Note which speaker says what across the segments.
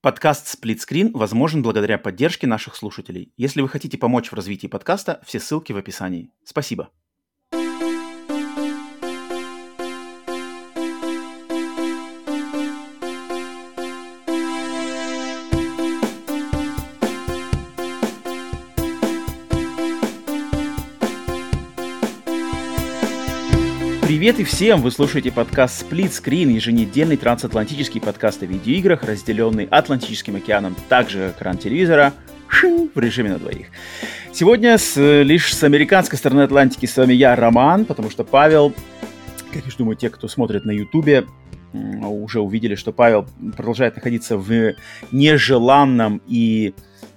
Speaker 1: Подкаст «Сплитскрин» возможен благодаря поддержке наших слушателей. Если вы хотите помочь в развитии подкаста, все ссылки в описании. Спасибо. Привет и всем! Вы слушаете подкаст «Сплитскрин», еженедельный трансатлантический подкаст о видеоиграх, разделенный Атлантическим океаном, так же как экран телевизора, в режиме на двоих. Сегодня лишь с американской стороны Атлантики с вами я, Роман, потому что Павел, как я думаю, те, кто смотрит на Ютубе, уже увидели, что Павел продолжает находиться в нежеланном и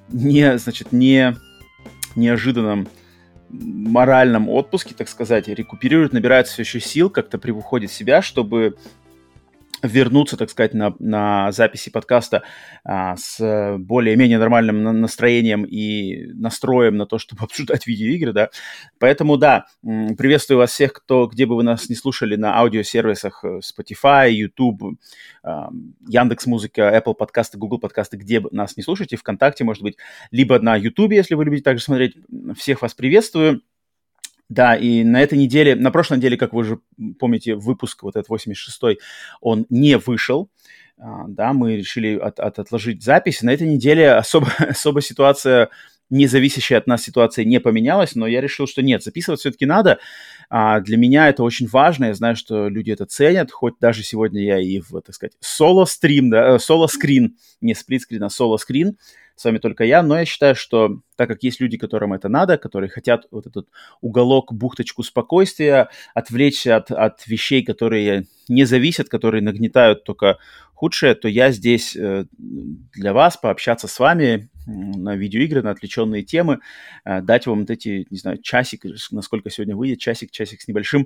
Speaker 1: неожиданном моральном отпуске, так сказать, рекуперирует, набирает все еще сил, как-то приходит в себя, чтобы вернуться, так сказать, на записи подкаста с более-менее нормальным настроением и настроем на то, чтобы обсуждать видеоигры, да. Поэтому, да, приветствую вас всех, где бы вы нас не слушали на аудиосервисах Spotify, YouTube, Яндекс.Музыка, Apple подкасты, Google подкасты, где бы нас не слушаете, ВКонтакте, может быть, либо на YouTube, если вы любите также смотреть. Всех вас приветствую. Да, и на прошлой неделе, как вы уже помните, выпуск вот этот 86-й, он не вышел. Да, мы решили отложить запись. На этой неделе особо ситуация, не зависящая от нас ситуация, не поменялась, но я решил, что нет, записывать все-таки надо. Для меня это очень важно, я знаю, что люди это ценят, хоть даже сегодня я и в, так сказать, соло-скрин, не сплитскрин, а соло-скрин, с вами только я, но я считаю, что так как есть люди, которым это надо, которые хотят вот этот уголок, бухточку спокойствия, отвлечься от вещей, которые не зависят, которые нагнетают только худшее, то я здесь для вас, пообщаться с вами на видеоигры, на отвлеченные темы, дать вам вот эти, не знаю, часик, насколько сегодня выйдет, часик с небольшим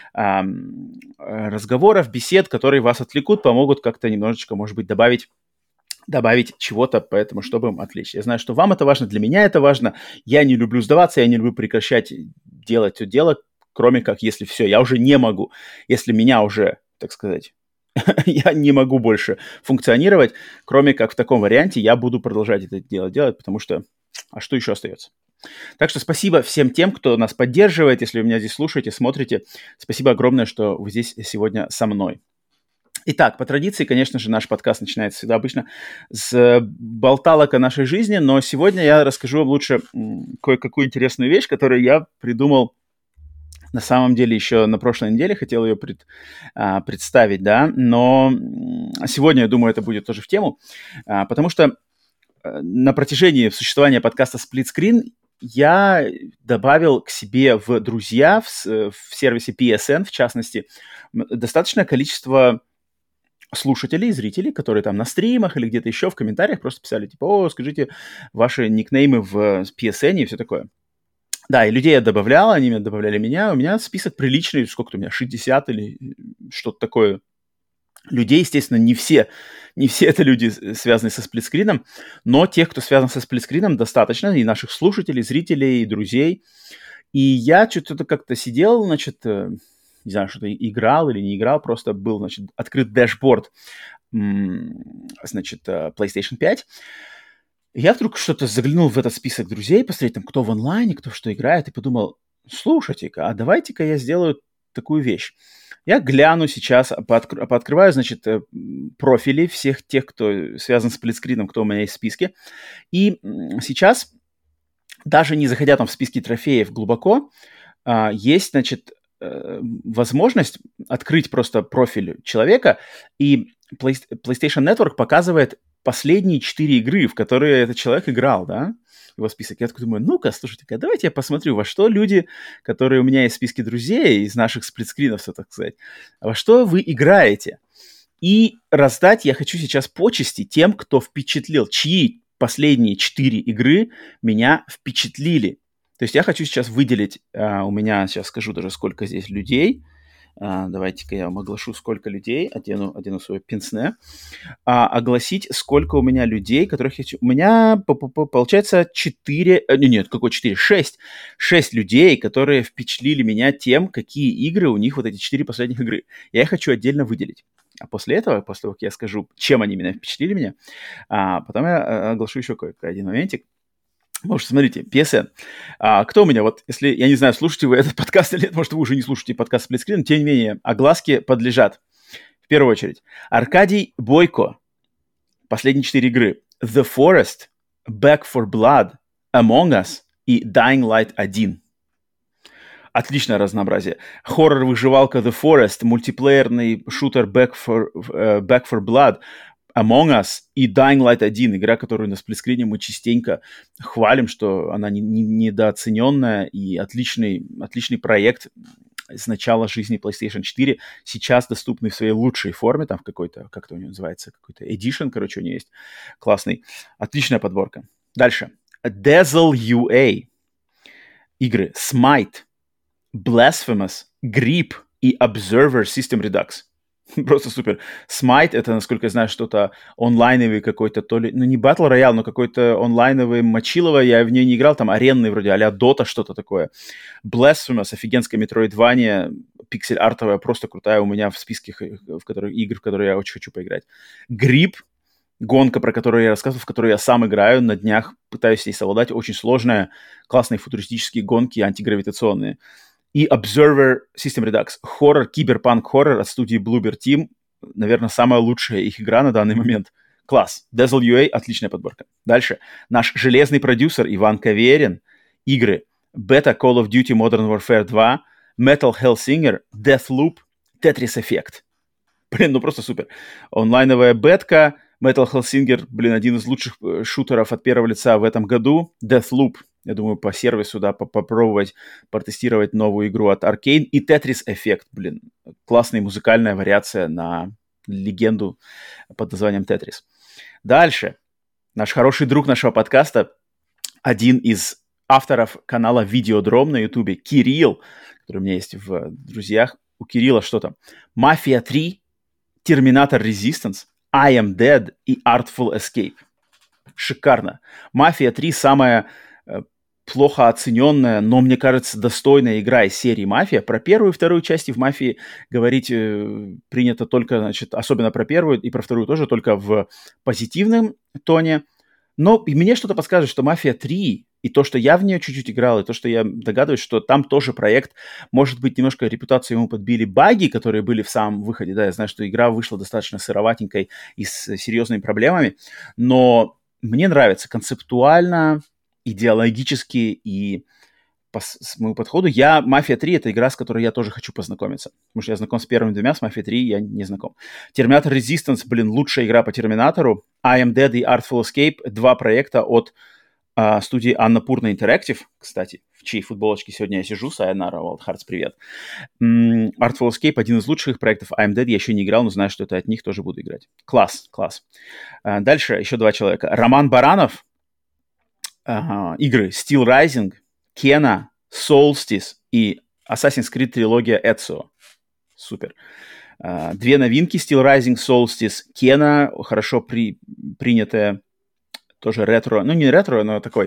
Speaker 1: разговоров, бесед, которые вас отвлекут, помогут как-то немножечко, может быть, добавить чего-то, поэтому, чтобы им отвлечь. Я знаю, что вам это важно, для меня это важно. Я не люблю сдаваться, я не люблю прекращать делать все дело, кроме как, если все, я уже не могу. Если меня уже, так сказать, я не могу больше функционировать, кроме как в таком варианте я буду продолжать это дело делать, потому что, а что еще остается? Так что спасибо всем тем, кто нас поддерживает, если вы меня здесь слушаете, смотрите. Спасибо огромное, что вы здесь сегодня со мной. Итак, по традиции, конечно же, наш подкаст начинается всегда обычно с болталок о нашей жизни, но сегодня я расскажу вам лучше кое-какую интересную вещь, которую я придумал на самом деле еще на прошлой неделе, хотел ее представить, да, но сегодня, я думаю, это будет тоже в тему, потому что на протяжении существования подкаста «Сплитскрин» я добавил к себе в друзья в сервисе PSN, в частности, достаточное количество слушателей, зрителей, которые там на стримах или где-то еще в комментариях просто писали, типа, скажите ваши никнеймы в PSN и все такое. Да, и людей я добавлял, они меня добавляли меня, у меня список приличный, сколько-то у меня, 60 или что-то такое. Людей, естественно, не все это люди, связанные со сплитскрином, но тех, кто связан со сплитскрином, достаточно, и наших слушателей, зрителей, и друзей. И я что-то как-то сидел, значит, не знаю, что-то играл или не играл, просто был, значит, открыт дэшборд, значит, PlayStation 5. Я вдруг что-то заглянул в этот список друзей, посмотреть там, кто в онлайне, кто что играет, и подумал, слушайте-ка, а давайте-ка я сделаю такую вещь. Я гляну сейчас, пооткрываю, значит, профили всех тех, кто связан с сплитскрином, кто у меня есть в списке. И сейчас, даже не заходя там в списки трофеев глубоко, есть, значит, возможность открыть просто профиль человека, и PlayStation Network показывает последние 4 игры, в которые этот человек играл, да, его список. Я такой думаю, ну-ка, слушайте-ка, давайте я посмотрю, во что люди, которые у меня есть в списке друзей, из наших сплитскринов, так сказать, во что вы играете. И раздать я хочу сейчас почести тем, кто впечатлил, чьи последние 4 игры меня впечатлили. То есть я хочу сейчас выделить, у меня, сейчас скажу даже, сколько здесь людей. Давайте-ка я вам оглашу, сколько людей, одену свое пенсне. Огласить, сколько у меня людей, которых я... У меня, получается, 4... Нет, какой 4? 6. 6 людей, которые впечатлили меня тем, какие игры у них, вот эти 4 последних игры. Я их хочу отдельно выделить. А после этого, после того, как я скажу, чем они меня впечатлили меня, потом я оглашу еще один моментик. Потому что, смотрите, PSN. Кто у меня, вот, если, я не знаю, слушаете вы этот подкаст или нет, может, вы уже не слушаете подкаст Сплитскрин, тем не менее, огласке подлежат. В первую очередь, Аркадий Бойко. Последние 4 игры. The Forest, Back for Blood, Among Us и Dying Light 1. Отличное разнообразие. Хоррор-выживалка The Forest, мультиплеерный шутер Back for Blood, Among Us и Dying Light 1, игра, которую на сплитскрине мы частенько хвалим, что она недооцененная и отличный проект с начала жизни PlayStation 4, сейчас доступный в своей лучшей форме, там в какой-то, как это у него называется, какой-то Edition, короче, у него есть классный. Отличная подборка. Дальше. Dazzle UA. Игры Smite, Blasphemous, Grip и Observer System Redux. Просто супер. Smite — это, насколько я знаю, что-то онлайновый какой-то, то ли, ну не Battle Royale, но какой-то онлайновый мочилово, я в нее не играл, там аренный вроде, а-ля Dota, что-то такое. Blasphemous, офигенская метроидвания, пиксель-артовая, просто крутая у меня в списке игр, в которые я очень хочу поиграть. Grip, гонка, про которую я рассказывал, в которую я сам играю, на днях пытаюсь с ней совладать, очень сложная, классные футуристические гонки, антигравитационные. И Observer System Redux. Хоррор, киберпанк-хоррор от студии Bloober Team. Наверное, самая лучшая их игра на данный момент. Класс. Dazzle UA — отличная подборка. Дальше. Наш железный продюсер Иван Каверин. Игры Beta Call of Duty Modern Warfare 2, Metal Hellsinger, Deathloop, Tetris Effect. Блин, ну просто супер. Онлайновая бетка. Metal Hellsinger, блин, один из лучших шутеров от первого лица в этом году. Deathloop. Я думаю, по сервису, да, попробовать, протестировать новую игру от Arcane. И Tetris Effect, блин, классная музыкальная вариация на легенду под названием Tetris. Дальше. Наш хороший друг нашего подкаста, один из авторов канала Видеодром на Ютубе, Кирилл, который у меня есть в друзьях. У Кирилла что там? Mafia 3, Terminator Resistance, I Am Dead и Artful Escape. Шикарно. Mafia 3 самая плохо оцененная, но, мне кажется, достойная игра из серии «Мафия». Про первую и вторую части в «Мафии» говорить принято только, значит, особенно про первую и про вторую тоже, только в позитивном тоне. Но и мне что-то подсказывает, что «Мафия 3» и то, что я в нее чуть-чуть играл, и то, что я догадываюсь, что там тоже проект, может быть, немножко репутацию ему подбили баги, которые были в самом выходе. Да, я знаю, что игра вышла достаточно сыроватенькой и с серьезными проблемами, но мне нравится концептуально, идеологически и по моему подходу. «Мафия 3» — это игра, с которой я тоже хочу познакомиться. Потому что я знаком с первыми двумя, с «Мафией 3» я не знаком. «Терминатор Resistance», блин, лучшая игра по «Терминатору». «I Am Dead» и «Artful Escape» — два проекта от студии Annapurna Interactive, кстати, в чьей футболочке сегодня я сижу. Сайонара, Wild Hearts, привет. «Artful Escape» — один из лучших проектов. «I Am Dead» я еще не играл, но знаю, что это от них тоже буду играть. Класс. Дальше еще два человека. Роман Баранов. Игры Steel Rising, Kena, Solstice и Assassin's Creed трилогия Ezio. Супер. Две новинки: Steel Rising, Solstice, Kena, хорошо принятая, тоже ретро, ну не ретро, но такой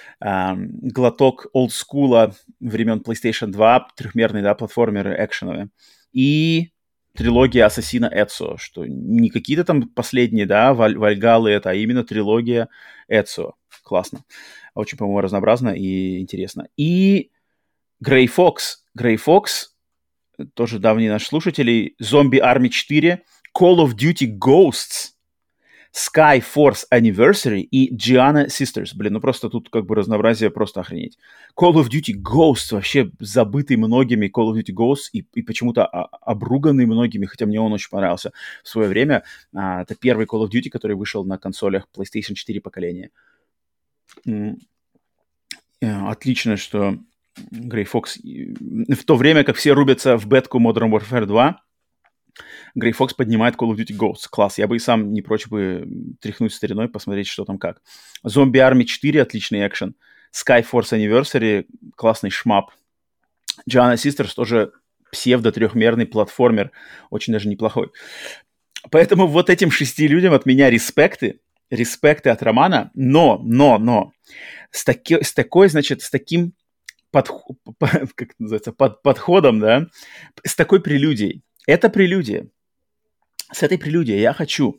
Speaker 1: глоток олдскула времен PlayStation 2, трехмерные, да, платформеры экшеновые. И трилогия Ассасина Ezio, что не какие-то там последние, да, Вальгаллы это, а именно трилогия Ezio. Классно. Очень, по-моему, разнообразно и интересно. И Grey Fox, тоже давний наш слушатель, Zombie Army 4, Call of Duty Ghosts, Sky Force Anniversary и Gianna Sisters. Блин, ну просто тут как бы разнообразие просто охренеть. Call of Duty Ghosts, вообще забытый многими Call of Duty Ghosts и почему-то обруганный многими, хотя мне он очень понравился в свое время. Это первый Call of Duty, который вышел на консолях PlayStation 4 поколения. Отлично, что Grey Fox, в то время как все рубятся в бетку Modern Warfare 2, Grey Fox поднимает Call of Duty Ghosts. Класс. Я бы и сам не прочь бы тряхнуть стариной, посмотреть, что там как. Zombie Army 4 — отличный экшен. Sky Force Anniversary — классный шмап. Gianna Sisters — тоже псевдо-трехмерный платформер. Очень даже неплохой. Поэтому вот этим 6 людям от меня респекты от Романа, но с таким подходом, да, с такой прелюдией. Это прелюдия. с этой прелюдией я хочу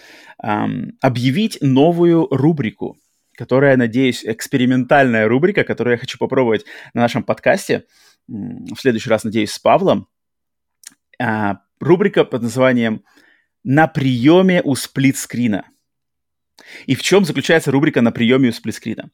Speaker 1: объявить новую рубрику, которая, надеюсь, экспериментальная рубрика, которую я хочу попробовать на нашем подкасте. В следующий раз, надеюсь, с Павлом. Рубрика под названием «На приеме у сплитскрина». И в чем заключается рубрика «На приеме у сплитскрина»?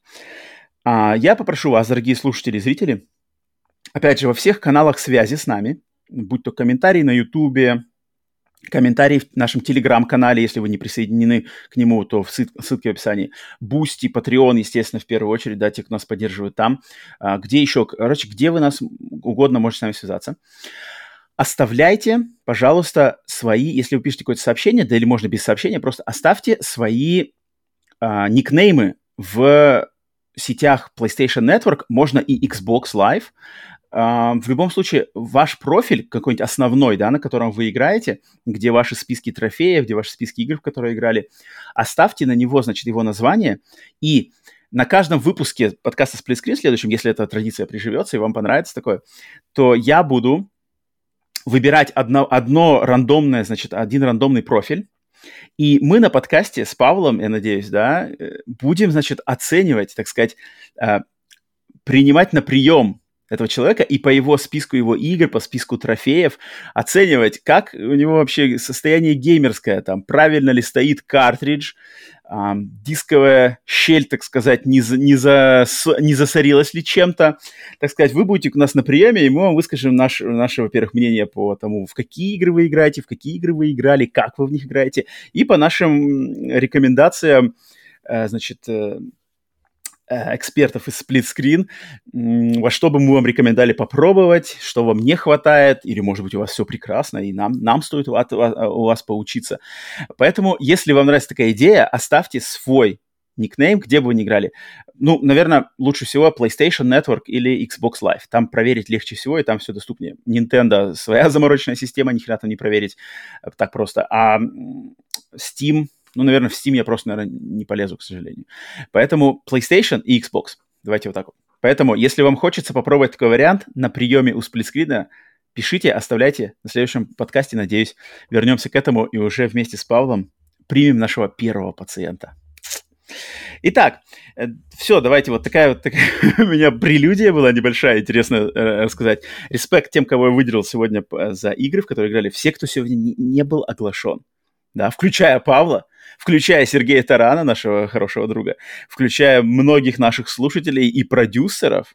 Speaker 1: Я попрошу вас, дорогие слушатели и зрители, опять же, во всех каналах связи с нами, будь то комментарии на YouTube, комментарии в нашем Telegram-канале, если вы не присоединены к нему, то ссылки в описании. Boosty, Patreon, естественно, в первую очередь, да, те, кто нас поддерживает там. Где еще, короче, где вы нас угодно можете с нами связаться. Оставляйте, пожалуйста, свои, если вы пишете какое-то сообщение, да или можно без сообщения, просто оставьте свои никнеймы в сетях PlayStation Network, можно и Xbox Live. В любом случае, ваш профиль какой-нибудь основной, да, на котором вы играете, где ваши списки трофеев, где ваши списки игр, в которые играли, оставьте на него, значит, его название, и на каждом выпуске подкаста Split Screen следующем, если эта традиция приживется и вам понравится такое, то я буду выбирать одно рандомное, значит, один рандомный профиль, и мы на подкасте с Павлом, я надеюсь, да, будем, значит, оценивать, так сказать, принимать на прием этого человека и по его списку его игр, по списку трофеев оценивать, как у него вообще состояние геймерское, там, правильно ли стоит картридж, дисковая щель, так сказать, не засорилась ли чем-то. Так сказать, вы будете у нас на приеме, и мы вам выскажем наше, во-первых, мнение по тому, в какие игры вы играете, в какие игры вы играли, как вы в них играете, и по нашим рекомендациям, значит, экспертов из Split Screen, во что бы мы вам рекомендовали попробовать, что вам не хватает, или, может быть, у вас все прекрасно, и нам стоит у вас поучиться. Поэтому, если вам нравится такая идея, оставьте свой никнейм, где бы вы ни играли. Ну, наверное, лучше всего PlayStation Network или Xbox Live. Там проверить легче всего, и там все доступнее. Nintendo своя замороченная система, ни хрена там не проверить так просто. А Steam... Ну, наверное, в Steam я просто, наверное, не полезу, к сожалению. Поэтому PlayStation и Xbox. Давайте вот так вот. Поэтому, если вам хочется попробовать такой вариант на приеме у сплитскрина, пишите, оставляйте. На следующем подкасте, надеюсь, вернемся к этому и уже вместе с Павлом примем нашего первого пациента. Итак, все, давайте вот такая у меня прелюдия была небольшая, интересно рассказать. Респект тем, кого я выделил сегодня за игры, в которые играли. Все, кто сегодня не был оглашен. Да, включая Павла, включая Сергея Тарана, нашего хорошего друга, включая многих наших слушателей и продюсеров.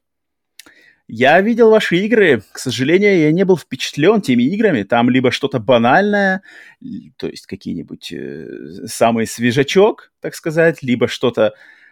Speaker 1: Я видел ваши игры. К сожалению, я не был впечатлен теми играми. Там либо что-то банальное, то есть какие-нибудь самый свежачок, так сказать, либо что-то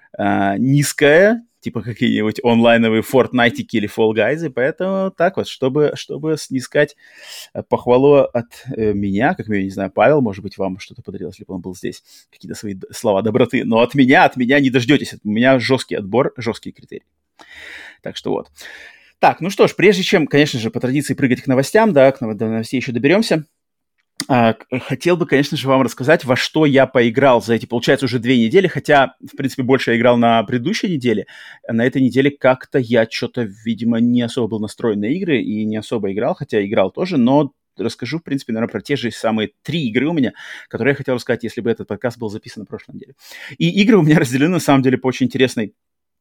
Speaker 1: низкое, типа какие-нибудь онлайновые Fortnite или Fall Guys. Поэтому так вот, чтобы снискать похвалу от меня, как я не знаю, Павел, может быть, вам что-то подарил, если бы он был здесь, какие-то свои слова доброты. Но от меня не дождетесь. У меня жесткий отбор, жесткие критерии. Так что вот. Так, ну что ж, прежде чем, конечно же, по традиции прыгать к новостям, да, до новостей еще доберемся, хотел бы, конечно же, вам рассказать, во что я поиграл за эти, получается, уже 2 недели, хотя, в принципе, больше я играл на предыдущей неделе. На этой неделе как-то я что-то, видимо, не особо был настроен на игры и не особо играл, хотя играл тоже, но расскажу, в принципе, наверное, про те же самые 3 игры у меня, которые я хотел рассказать, если бы этот подкаст был записан на прошлой неделе. И игры у меня разделены, на самом деле, по очень интересной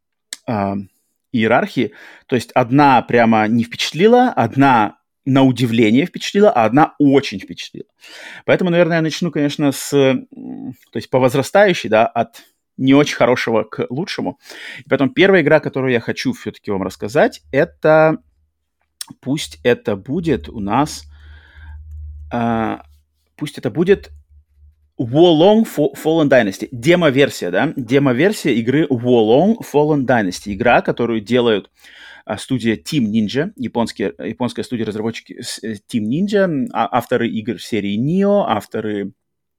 Speaker 1: иерархии. То есть одна прямо не впечатлила, одна на удивление впечатлила, а одна очень впечатлила. Поэтому, наверное, я начну, конечно, то есть по возрастающей, да, от не очень хорошего к лучшему. И потом первая игра, которую я хочу все-таки вам рассказать, это пусть это будет у нас, пусть это будет Wolong Fallen Dynasty. Демо-версия, да? Демо-версия игры Wolong Fallen Dynasty. Игра, которую делают студия Team Ninja, японская студия-разработчики Team Ninja, авторы игр серии Nioh, авторы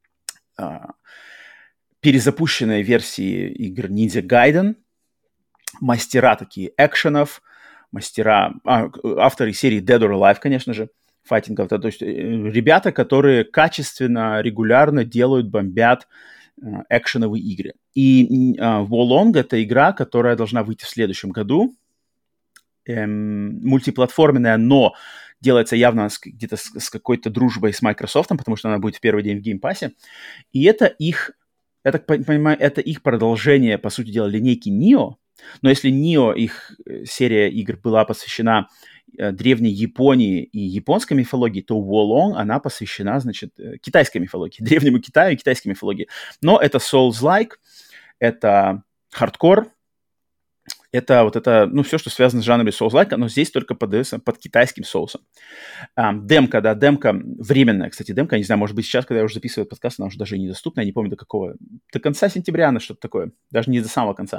Speaker 1: перезапущенной версии игр Ninja Gaiden, мастера такие экшенов, авторы серии Dead or Alive, конечно же, файтингов. То есть ребята, которые качественно, регулярно делают, бомбят экшеновые игры. И Wolong — это игра, которая должна выйти в следующем году. Мультиплатформенная, но делается явно где-то с какой-то дружбой с Microsoft, потому что она будет в первый день в геймпассе. И это их, я так понимаю, это их продолжение, по сути дела, линейки Nioh. Но если Nioh, их серия игр была посвящена древней Японии и японской мифологии, то Wo Long, она посвящена, значит, китайской мифологии, древнему Китаю и китайской мифологии. Но это Souls-like, это хардкор, это вот это, ну, все, что связано с жанром Souls-like, но здесь только под китайским соусом. Демка, да, демка временная, кстати, демка, я не знаю, может быть, сейчас, когда я уже записываю этот подкаст, она уже даже недоступна, я не помню до конца сентября она что-то такое, даже не до самого конца.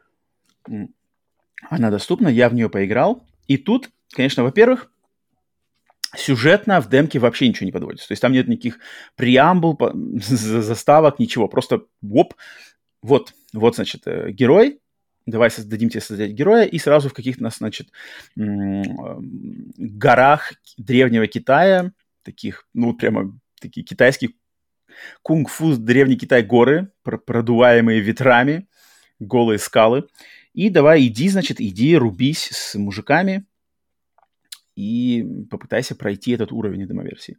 Speaker 1: Она доступна, я в нее поиграл, и тут, конечно, во-первых, сюжетно в демке вообще ничего не подводится. То есть там нет никаких преамбул, заставок, ничего. Просто вот, значит, герой. Давай дадим тебе создать героя. И сразу в каких-то, значит, горах древнего Китая, таких, ну, прямо такие китайские кунг-фу, древний Китай горы, продуваемые ветрами, голые скалы. И давай иди, рубись с мужиками и попытайся пройти этот уровень демоверсии.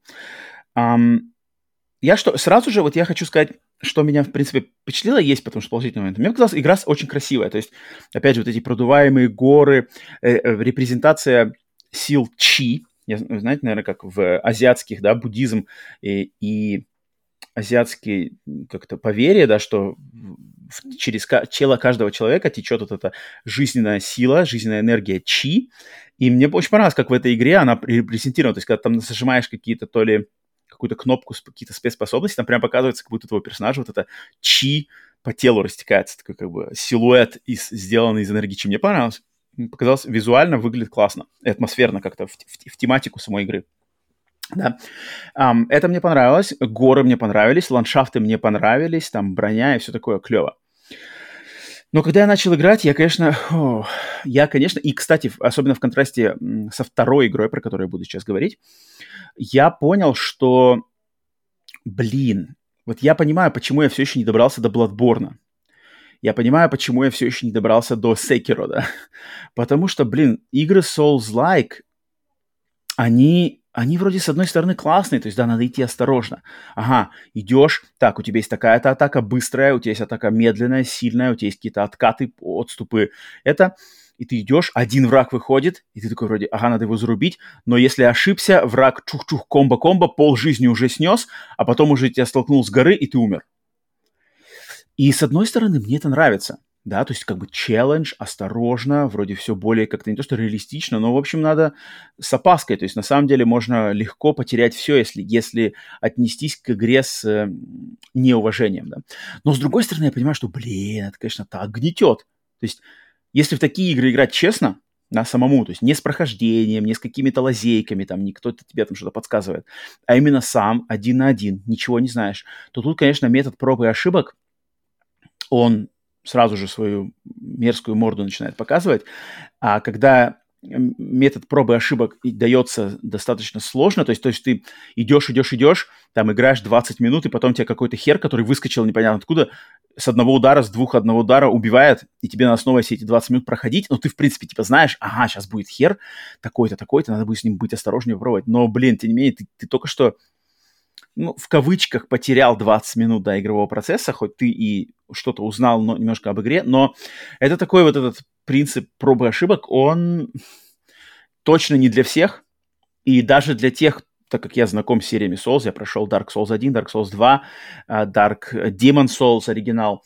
Speaker 1: Сразу же, вот я хочу сказать, что меня, в принципе, впечатлило, есть потому что положительный момент. Мне показалось, игра очень красивая. То есть, опять же, вот эти продуваемые горы, репрезентация сил Чи. Знаете, наверное, как в азиатских, да, буддизм и азиатские как-то поверья, да, что через тело каждого человека течет вот эта жизненная сила, жизненная энергия Чи. И мне очень понравилось, как в этой игре она репрезентирована. То есть, когда там нажимаешь какую-то кнопку, какие-то спецспособности, там прям показывается, как будто твоего персонажа вот это Чи по телу растекается. Такой как бы силуэт, сделанный из энергии Чи. Мне понравилось. Показалось, визуально выглядит классно. И атмосферно как-то в тематику самой игры. Да. Это мне понравилось, горы мне понравились, ландшафты мне понравились, там броня и все такое клево. Но когда я начал играть, я, конечно, и, кстати, особенно в контрасте со второй игрой, про которую я буду сейчас говорить, я понял, что, вот я понимаю, почему я все еще не добрался до Bloodborne. Я понимаю, почему я все еще не добрался до Sekiro, да. Потому что, игры Souls-like, они вроде с одной стороны классные, то есть, да, надо идти осторожно. Ага, идешь, так, у тебя есть такая-то атака быстрая, у тебя есть атака медленная, сильная, у тебя есть какие-то откаты, отступы. И ты идешь, один враг выходит, и ты такой вроде, ага, надо его зарубить, но если ошибся, враг чух-чух, комбо-комбо, пол жизни уже снес, а потом уже тебя столкнул с горы, и ты умер. И с одной стороны, мне это нравится. Да, то есть как бы челлендж, осторожно, вроде все более как-то не то, что реалистично, но, в общем, надо с опаской. То есть на самом деле можно легко потерять все, если отнестись к игре с неуважением. Да. Но с другой стороны, я понимаю, что, это, конечно, так гнетет. То есть если в такие игры играть честно, самому, то есть не с прохождением, не с какими-то лазейками, там, не кто-то тебе там что-то подсказывает, а именно сам, один на один, ничего не знаешь, то тут, конечно, метод проб и ошибок, он сразу же свою мерзкую морду начинает показывать. А когда метод пробы и ошибок дается достаточно сложно, то есть ты идешь, там играешь 20 минут, и потом тебя какой-то хер, который выскочил непонятно откуда, с одного удара убивает, и тебе надо снова все эти 20 минут проходить, но ты, в принципе, знаешь, ага, сейчас будет хер такой-то, надо будет с ним быть осторожнее попробовать. Но, тем не менее, ты только что, в кавычках, потерял 20 минут до игрового процесса, хоть ты и что-то узнал немножко об игре, но это такой вот этот принцип пробы и ошибок, он точно не для всех, и даже для тех, так как я знаком с сериями Souls, я прошел Dark Souls 1, Dark Souls 2, Demon Souls оригинал,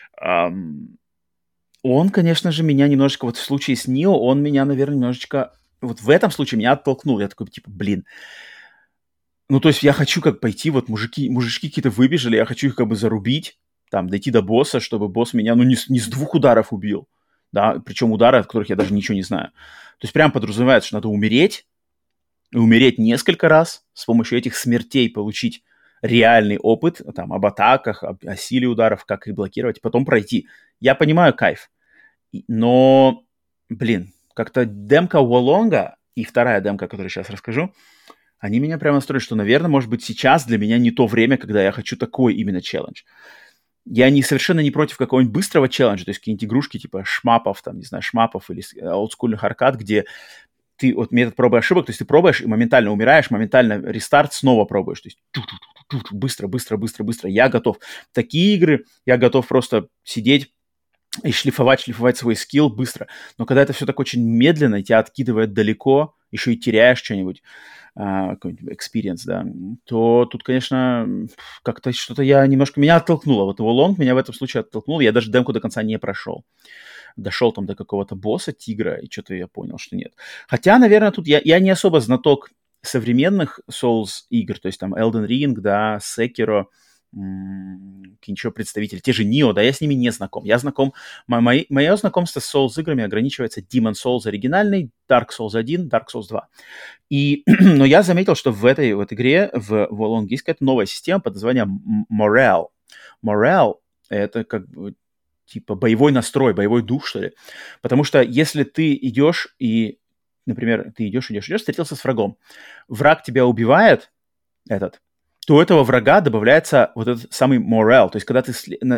Speaker 1: он, конечно же, меня немножечко, вот в случае с Nioh, он меня, наверное, немножечко, вот в этом случае меня оттолкнул, я такой, то есть я хочу как пойти, вот мужички какие-то выбежали, я хочу их как бы зарубить, там, дойти до босса, чтобы босс меня, не с 2 ударов убил, да, причем удары, от которых я даже ничего не знаю. То есть прям подразумевается, что надо умереть, и умереть несколько раз, с помощью этих смертей получить реальный опыт, там, об атаках, о силе ударов, как их блокировать, потом пройти. Я понимаю кайф, но, как-то демка Wo Long и вторая демка, о которой сейчас расскажу, они меня прямо настроили, что, наверное, может быть, сейчас для меня не то время, когда я хочу такой именно челлендж. Я совершенно не против какого-нибудь быстрого челленджа, то есть какие-нибудь игрушки типа шмапов или олдскульных аркад, где ты вот метод пробы и ошибок, то есть ты пробуешь и моментально умираешь, моментально рестарт, снова пробуешь. То есть быстро, быстро, быстро, быстро. Я готов. Такие игры я готов просто сидеть и шлифовать свой скилл быстро. Но когда это все так очень медленно, и тебя откидывает далеко, еще и теряешь что-нибудь, какой-нибудь experience, да, то тут, конечно, как-то что-то немножко меня оттолкнуло. Вот его лонг меня в этом случае оттолкнул. Я даже демку до конца не прошел. Дошел там до какого-то босса, тигра, и что-то я понял, что нет. Хотя, наверное, тут я не особо знаток современных Souls игр, то есть там Elden Ring, да, Sekiro, какие-нибудь еще представители, те же Nioh, да, я с ними не знаком. Я знаком, мое знакомство с Souls играми ограничивается Demon Souls оригинальный, Dark Souls 1, Dark Souls 2. Но я заметил, что в этой вот игре, в Wolong, есть какая-то новая система под названием Morale. Morale — это как бы типа боевой настрой, боевой дух, что ли. Потому что если ты идешь и, например, ты идешь, встретился с врагом, враг тебя убивает, то у этого врага добавляется вот этот самый morale. То есть когда ты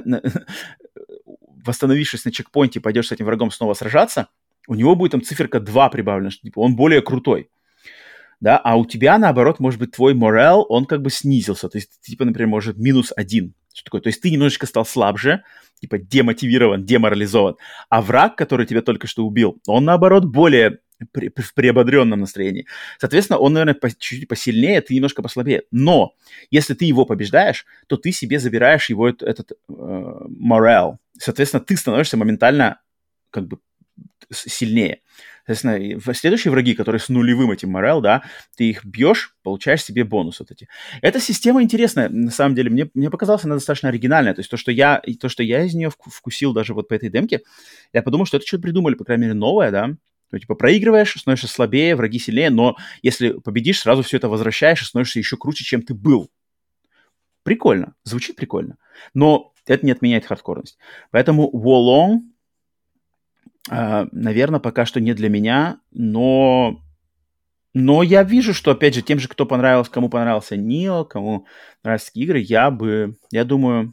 Speaker 1: восстановившись на чекпоинте, пойдешь с этим врагом снова сражаться, у него будет там циферка 2 прибавлена, что типа он более крутой. Да, а у тебя, наоборот, может быть, твой морал, он как бы снизился. То есть, типа, например, может, -1. Что такое? То есть ты немножечко стал слабже, типа, демотивирован, деморализован. А враг, который тебя только что убил, он, наоборот, более в приободренном настроении. Соответственно, он, наверное, чуть-чуть посильнее, ты немножко послабее. Но если ты его побеждаешь, то ты себе забираешь его этот морал. Соответственно, ты становишься моментально как бы сильнее. Соответственно, следующие враги, которые с нулевым этим морал, да, ты их бьешь, получаешь себе бонус вот эти. Эта система интересная, на самом деле, мне показалось, она достаточно оригинальная. То есть то, что я из нее вкусил даже вот по этой демке, я подумал, что это что-то придумали, по крайней мере, новое, да. То, типа, проигрываешь, становишься слабее, враги сильнее, но если победишь, сразу все это возвращаешь и становишься еще круче, чем ты был. Прикольно, звучит прикольно. Но это не отменяет хардкорность. Поэтому Wolong, наверное, пока что не для меня, но я вижу, что, опять же, тем же, кому понравился Nioh, кому нравятся такие игры, я думаю,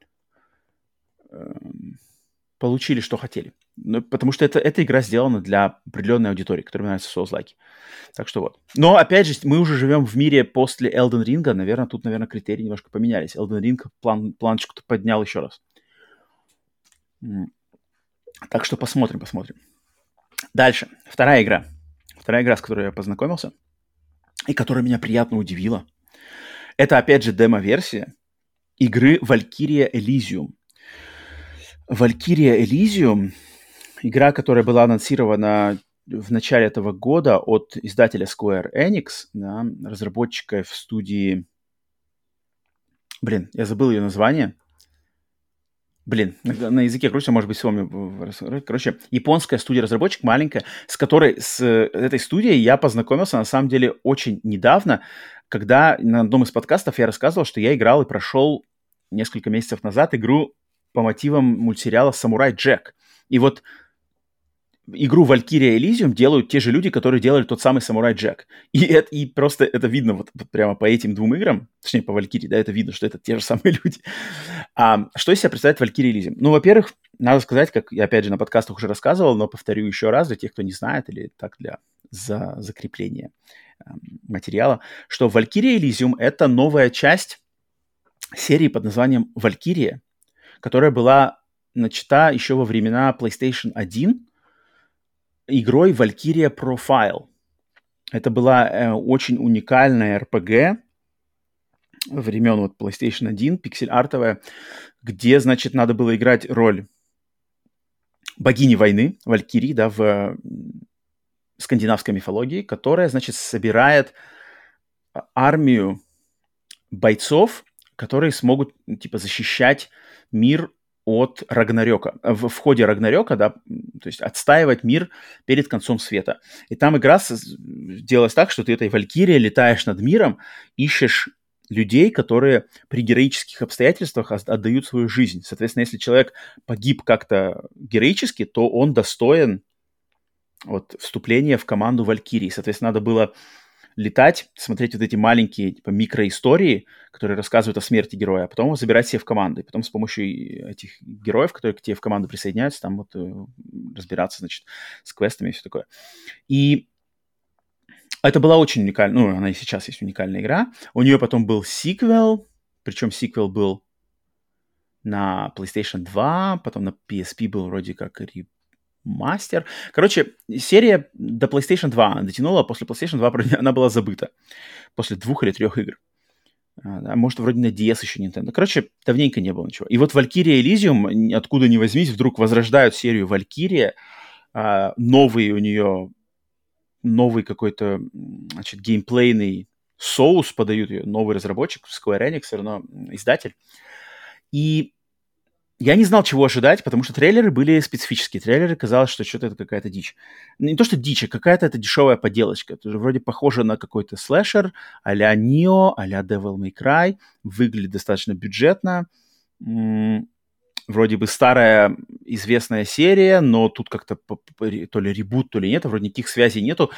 Speaker 1: получили, что хотели. Потому что эта игра сделана для определенной аудитории, которой нравятся Souls-like. Так что вот. Но, опять же, мы уже живем в мире после Elden Ring. Наверное, тут, критерии немножко поменялись. Elden Ring планочку-то поднял еще раз. Так что посмотрим. Дальше. Вторая игра, с которой я познакомился, и которая меня приятно удивила. Это, опять же, демо-версия игры Valkyria Elysium. Valkyria Elysium — игра, которая была анонсирована в начале этого года от издателя Square Enix, да, разработчика в студии... я забыл ее название. На языке крутится, может быть, вспомню. Короче, японская студия-разработчик, маленькая, с этой студией я познакомился, на самом деле, очень недавно, когда на одном из подкастов я рассказывал, что я играл и прошел несколько месяцев назад игру по мотивам мультсериала «Самурай Джек». И вот игру Valkyria Elysium делают те же люди, которые делали тот самый Samurai Jack. И просто это видно вот прямо по этим двум играм, точнее, по Valkyrie, да, это видно, что это те же самые люди. Что из себя представляет Valkyria Elysium? Ну, во-первых, надо сказать, как я, опять же, на подкастах уже рассказывал, но повторю еще раз для тех, кто не знает, или так для закрепления материала, что Valkyria Elysium — это новая часть серии под названием Valkyria, которая была начата еще во времена PlayStation 1, игрой Valkyria Profile. Это была очень уникальная RPG времен вот PlayStation 1, пиксель-артовая, где, значит, надо было играть роль богини войны, Валькирии, да, в скандинавской мифологии, которая, значит, собирает армию бойцов, которые смогут, типа, защищать мир от Рагнарёка. В ходе Рагнарёка, да, то есть отстаивать мир перед концом света. И там игра делалась так, что ты этой Валькирией летаешь над миром, ищешь людей, которые при героических обстоятельствах отдают свою жизнь. Соответственно, если человек погиб как-то героически, то он достоин вот вступления в команду Валькирии. Соответственно, надо было летать, смотреть вот эти маленькие типа микроистории, которые рассказывают о смерти героя, а потом забирать себе в команды. И потом с помощью этих героев, которые к тебе в команду присоединяются, там вот разбираться, значит, с квестами и все такое. И Это была очень уникальная, ну, она и сейчас есть уникальная игра. У нее потом был сиквел, причем сиквел был на PlayStation 2, потом на PSP был вроде как ремастер. Короче, серия до PlayStation 2 дотянула, а после PlayStation 2 она была забыта. После 2 или 3 игр. Да, может, вроде на DS еще Nintendo. Короче, давненько не было ничего. И вот Valkyria Elysium, откуда ни возьмись, вдруг возрождают серию Valkyria. Новый у нее, новый какой-то, значит, геймплейный соус подают ее, новый разработчик, Square Enix, все равно издатель. И я не знал, чего ожидать, потому что трейлеры были специфические. Трейлеры казалось, что что-то это какая-то дичь. Не то, что дичь, а какая-то это дешевая подделочка. Это вроде похоже на какой-то слэшер а-ля Nioh, а-ля Devil May Cry. Выглядит достаточно бюджетно. Вроде бы старая известная серия, но тут как-то то ли ребут, то ли нет, вроде никаких связей нету.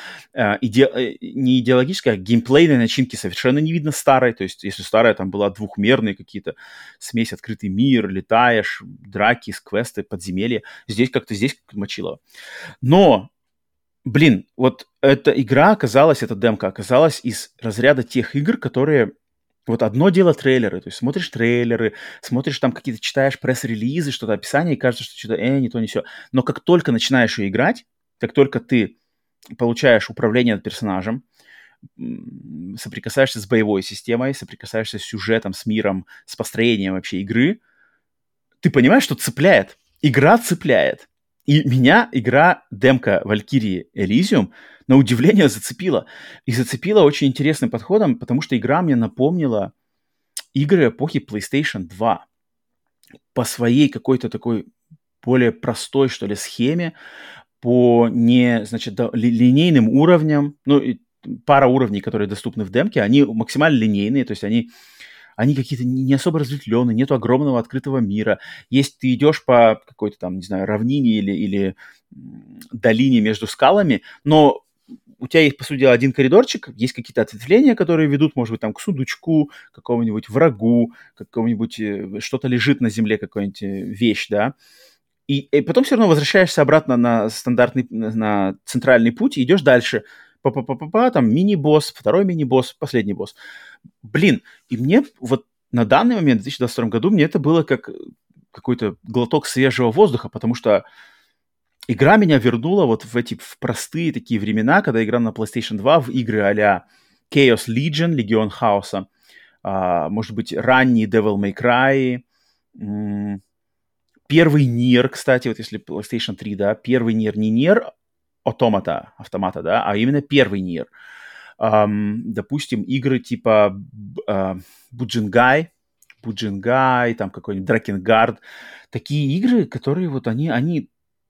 Speaker 1: Не идеологической, а геймплейной начинки совершенно не видно старой. То есть, если старая там была двухмерные какие-то, смесь открытый мир, летаешь, драки, квесты, подземелья. Здесь как-то, здесь как мочилово. Но, блин, вот эта игра оказалась, эта демка оказалась из разряда тех игр, которые... Вот одно дело трейлеры, то есть смотришь трейлеры, смотришь там какие-то, читаешь пресс-релизы, что-то описание, и кажется, что что-то, не то, не все. Но как только начинаешь ее играть, как только ты получаешь управление над персонажем, соприкасаешься с боевой системой, соприкасаешься с сюжетом, с миром, с построением вообще игры, ты понимаешь, что цепляет. Игра цепляет. И меня игра демка Valkyrie Elysium на удивление зацепила. И зацепила очень интересным подходом, потому что игра мне напомнила игры эпохи PlayStation 2 по своей какой-то такой более простой, что ли, схеме, по не, значит, линейным уровням. Ну, и пара уровней, которые доступны в демке, они максимально линейные, то есть они какие-то не особо разветвленные, нету огромного открытого мира. Есть, ты идешь по какой-то там, не знаю, равнине или долине между скалами, но у тебя есть, по сути дела, один коридорчик, есть какие-то ответвления, которые ведут, может быть, там к сундучку, к какому-нибудь врагу, к какому-нибудь, что-то лежит на земле, какая-нибудь вещь, да. И потом все равно возвращаешься обратно на стандартный, на центральный путь и идешь дальше. Па-па-па-па-па, там мини-босс, второй мини-босс, последний босс. Блин, и мне вот на данный момент, в 2022 году, мне это было как какой-то глоток свежего воздуха, потому что игра меня вернула вот в эти в простые такие времена, когда я играл на PlayStation 2 в игры а-ля Chaos Legion, Легион Хаоса, может быть, ранний Devil May Cry, первый Nier, кстати, вот если PlayStation 3, да, первый Nier, не Nier автомата, да, а именно первый Nier. Допустим, игры типа Буджингай, там какой-нибудь Дракенгард. Такие игры, которые вот они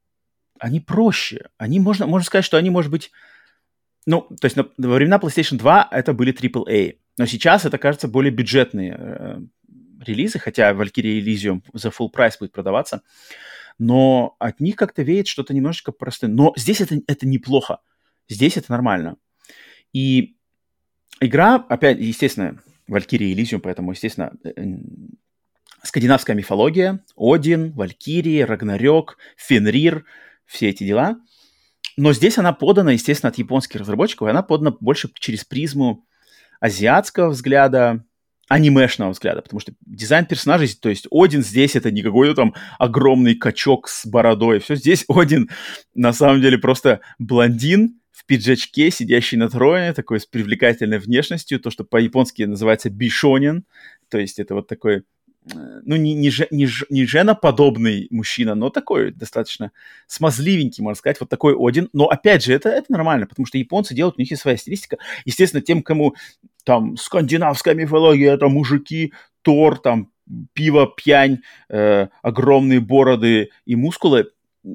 Speaker 1: проще. Можно сказать, что они, может быть... Ну, то есть во времена PlayStation 2 это были AAA. Но сейчас это, кажется, более бюджетные релизы, хотя Valkyrie Elysium за full прайс будет продаваться. Но от них как-то веет что-то немножечко простым. Но здесь это неплохо. Здесь это нормально. И игра, опять, естественно, Valkyrie Elysium, поэтому, естественно, скандинавская мифология, Один, Валькирии, Рагнарёк, Фенрир, все эти дела. Но здесь она подана, естественно, от японских разработчиков, и она подана больше через призму азиатского взгляда, анимешного взгляда, потому что дизайн персонажей, то есть Один здесь это не какой-то там огромный качок с бородой, все здесь Один на самом деле просто блондин в пиджачке, сидящий на троне, такой с привлекательной внешностью, то, что по-японски называется бишонин, то есть это вот такой, ну, не женоподобный мужчина, но такой достаточно смазливенький, можно сказать, вот такой Один. Но, опять же, это нормально, потому что японцы делают, у них есть своя стилистика. Естественно, тем, кому там скандинавская мифология, это мужики, Тор, там, пиво, пьянь, огромные бороды и мускулы,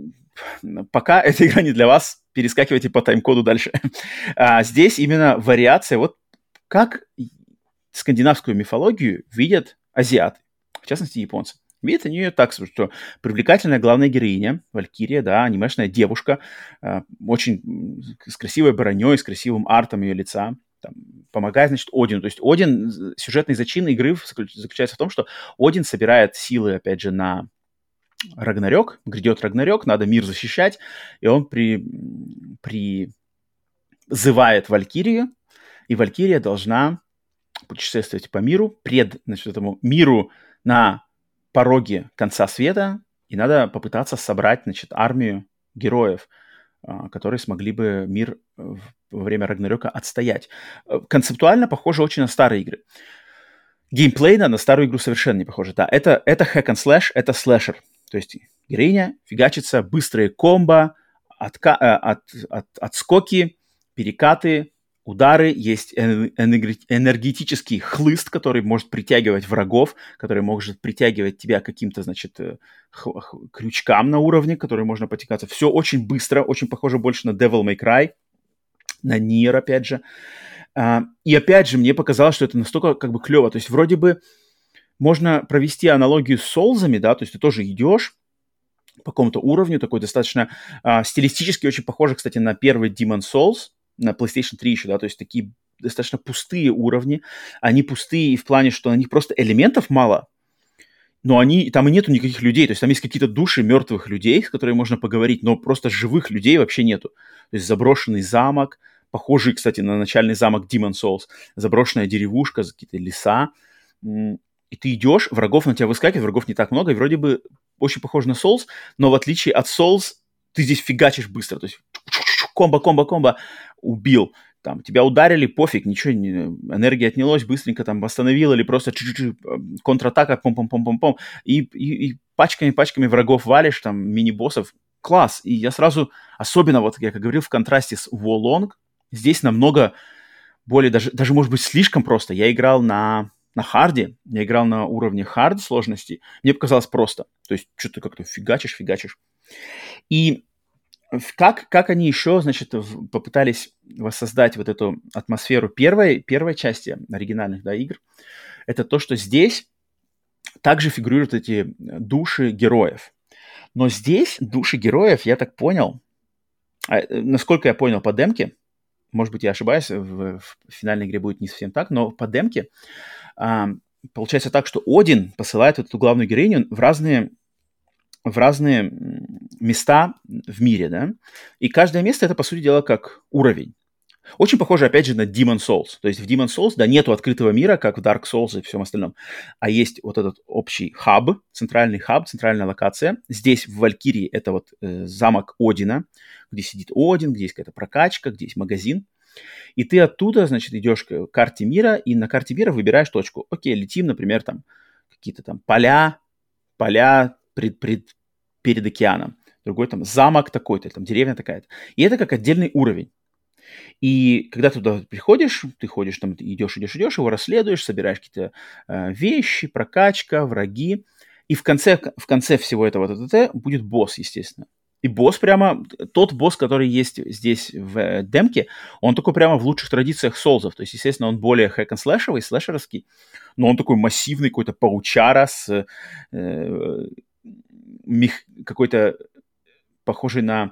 Speaker 1: пока эта игра не для вас, перескакивайте по тайм-коду дальше. А здесь именно вариация, вот как скандинавскую мифологию видят азиаты, в частности, японцы. Видят они ее так, что привлекательная главная героиня, Валькирия, да, анимешная девушка, очень с красивой броней, с красивым артом ее лица, там, помогает, значит, Одину. То есть Один, сюжетный зачин игры заключается в том, что Один собирает силы, опять же, на Рагнарёк, грядет Рагнарёк, надо мир защищать, и он при зывает Валькирию, и Валькирия должна путешествовать по миру, значит, этому миру на пороге конца света, и надо попытаться собрать, значит, армию героев, которые смогли бы мир во время Рагнарёка отстоять. Концептуально похоже очень на старые игры. Геймплейно на старую игру совершенно не похоже. Да, это hack and slash, это слэшер. То есть героиня фигачится, быстрые комбо, отскоки, перекаты, удары. Есть энергетический хлыст, который может притягивать врагов, который может притягивать тебя к каким-то, значит, крючкам на уровне, которые можно потекаться. Все очень быстро, очень похоже больше на Devil May Cry, на Nier, опять же. И опять же, мне показалось, что это настолько как бы клево. То есть вроде бы можно провести аналогию с Соулзами, да, то есть ты тоже идешь по какому-то уровню, такой достаточно стилистически очень похожий, кстати, на первый Demon's Souls, на PlayStation 3 еще, да, то есть такие достаточно пустые уровни. Они пустые в плане, что на них просто элементов мало, но там и нету никаких людей, то есть там есть какие-то души мертвых людей, с которыми можно поговорить, но просто живых людей вообще нету. То есть заброшенный замок, похожий, кстати, на начальный замок Demon's Souls, заброшенная деревушка, какие-то леса, и ты идешь, врагов на тебя выскакивает, врагов не так много, и вроде бы очень похоже на Souls, но в отличие от Souls ты здесь фигачишь быстро, то есть комбо, убил, там, тебя ударили, пофиг, ничего, энергия отнялась, быстренько там восстановил, или просто контратака, пом-пом-пом-пом-пом, и пачками врагов валишь, там, мини-боссов, класс, и я сразу, особенно, вот, я как говорил, в контрасте с Wolong, здесь намного более, даже может быть, слишком просто. Я играл на харде, я играл на уровне хард сложности, мне показалось просто. То есть что-то как-то фигачишь. И как они еще, значит, попытались воссоздать вот эту атмосферу первой части оригинальных, да, игр, это то, что здесь также фигурируют эти души героев. Но здесь души героев, я так понял, насколько я понял по демке, может быть, я ошибаюсь, в финальной игре будет не совсем так, но по демке получается так, что Один посылает эту главную героиню в разные места в мире, да, и каждое место это, по сути дела, как уровень. Очень похоже, опять же, на Demon's Souls. То есть в Demon's Souls, да, нету открытого мира, как в Dark Souls и всем остальном, а есть вот этот общий хаб, центральная локация. Здесь в Валькирии это вот замок Одина, где сидит Один, где есть какая-то прокачка, где есть магазин. И ты оттуда, значит, идешь к карте мира, и на карте мира выбираешь точку. Окей, летим, например, там какие-то там поля перед океаном. Другой там замок такой-то, там деревня такая-то. И это как отдельный уровень. И когда туда приходишь, ты ходишь там, идешь, его расследуешь, собираешь какие-то вещи, прокачка, враги. И в конце всего этого будет босс, естественно. И босс прямо, тот босс, который есть здесь в демке, он такой прямо в лучших традициях соулзов. То есть, естественно, он более хэк-н-слэшевый, слэшеровский, но он такой массивный, какой-то паучара с какой-то похожий на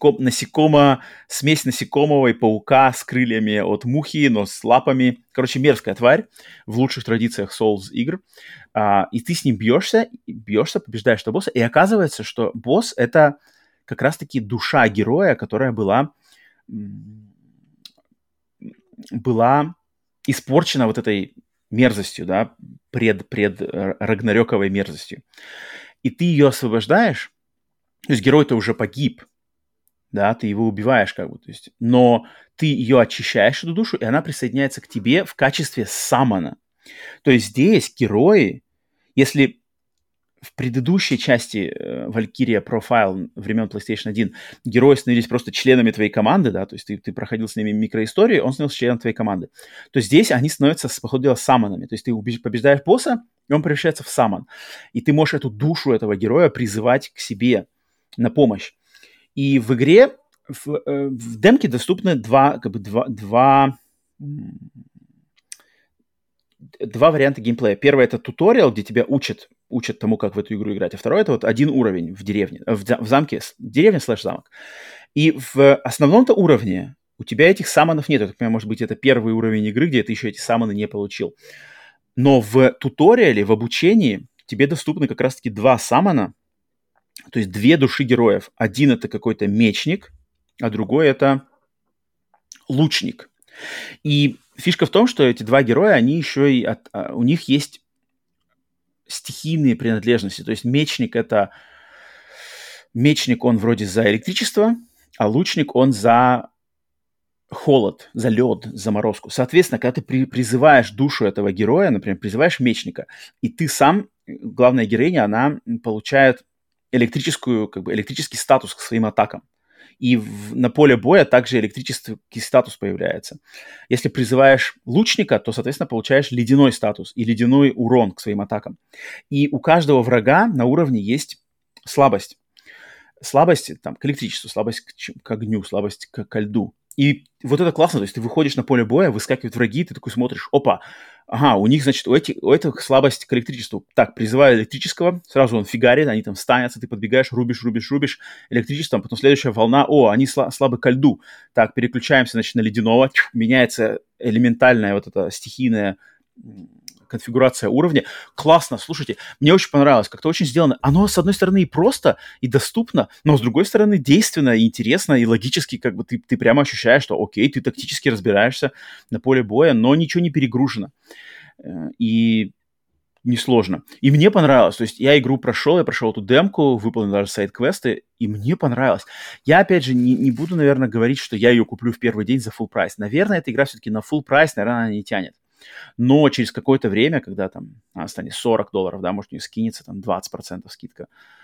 Speaker 1: смесь насекомого и паука с крыльями от мухи, но с лапами. Короче, мерзкая тварь в лучших традициях Souls игр. И ты с ним бьешься, побеждаешь этого босса, и оказывается, что босс — это как раз-таки душа героя, которая была испорчена вот этой мерзостью, да, пред рагнарёковой мерзостью. И ты ее освобождаешь, то есть герой-то уже погиб, да, ты его убиваешь как бы, то есть, но ты ее очищаешь, эту душу, и она присоединяется к тебе в качестве саммона. То есть здесь герои, если в предыдущей части Valkyria Profile времен PlayStation 1 герои становились просто членами твоей команды, да, то есть ты проходил с ними микроисторию, он становился членом твоей команды, то здесь они становятся, по ходу дела, саммонами. То есть ты побеждаешь босса, и он превращается в саммон. И ты можешь эту душу этого героя призывать к себе на помощь. И в игре, в демке доступны два варианта геймплея. Первый — это туториал, где тебя учат тому, как в эту игру играть. А второй — это вот один уровень в деревне, в замке, деревня /замок. И в основном-то уровне у тебя этих саммонов нет. Я так понимаю, может быть, это первый уровень игры, где ты еще эти саммоны не получил. Но в туториале, в обучении тебе доступны как раз-таки два саммона, то есть две души героев. Один — это какой-то мечник, а другой — это лучник. И фишка в том, что эти два героя, они еще и у них есть стихийные принадлежности. То есть мечник, он вроде за электричество, а лучник, он за холод, за лед, за морозку. Соответственно, когда ты призываешь душу этого героя, например, призываешь мечника, и ты сам, главная героиня, она получает электрический статус к своим атакам. И на поле боя также электрический статус появляется. Если призываешь лучника, то, соответственно, получаешь ледяной статус и ледяной урон к своим атакам. И у каждого врага на уровне есть слабость. Слабость там, к электричеству, слабость к огню, слабость к льду. И вот это классно, то есть ты выходишь на поле боя, выскакивают враги, ты такой смотришь, опа, ага, у них, значит, у этих слабость к электричеству. Так, призываю электрического, сразу он фигарит, они там станятся, ты подбегаешь, рубишь электричеством, потом следующая волна, они слабы ко льду. Так, переключаемся, значит, на ледяного, меняется элементальная вот эта стихийная конфигурация уровня. Классно, слушайте, мне очень понравилось, как-то очень сделано. Оно, с одной стороны, и просто, и доступно, но, с другой стороны, действенно, и интересно, и логически, как бы ты прямо ощущаешь, что, окей, ты тактически разбираешься на поле боя, но ничего не перегружено. И несложно. И мне понравилось. То есть я прошел эту демку, выполнил даже сайд-квесты, и мне понравилось. Я, опять же, не буду, наверное, говорить, что я ее куплю в первый день за full прайс. Наверное, эта игра все-таки на full прайс, наверное, она не тянет. Но через какое-то время, когда там она станет $40, да, может, у нее скинется там 20% скидка.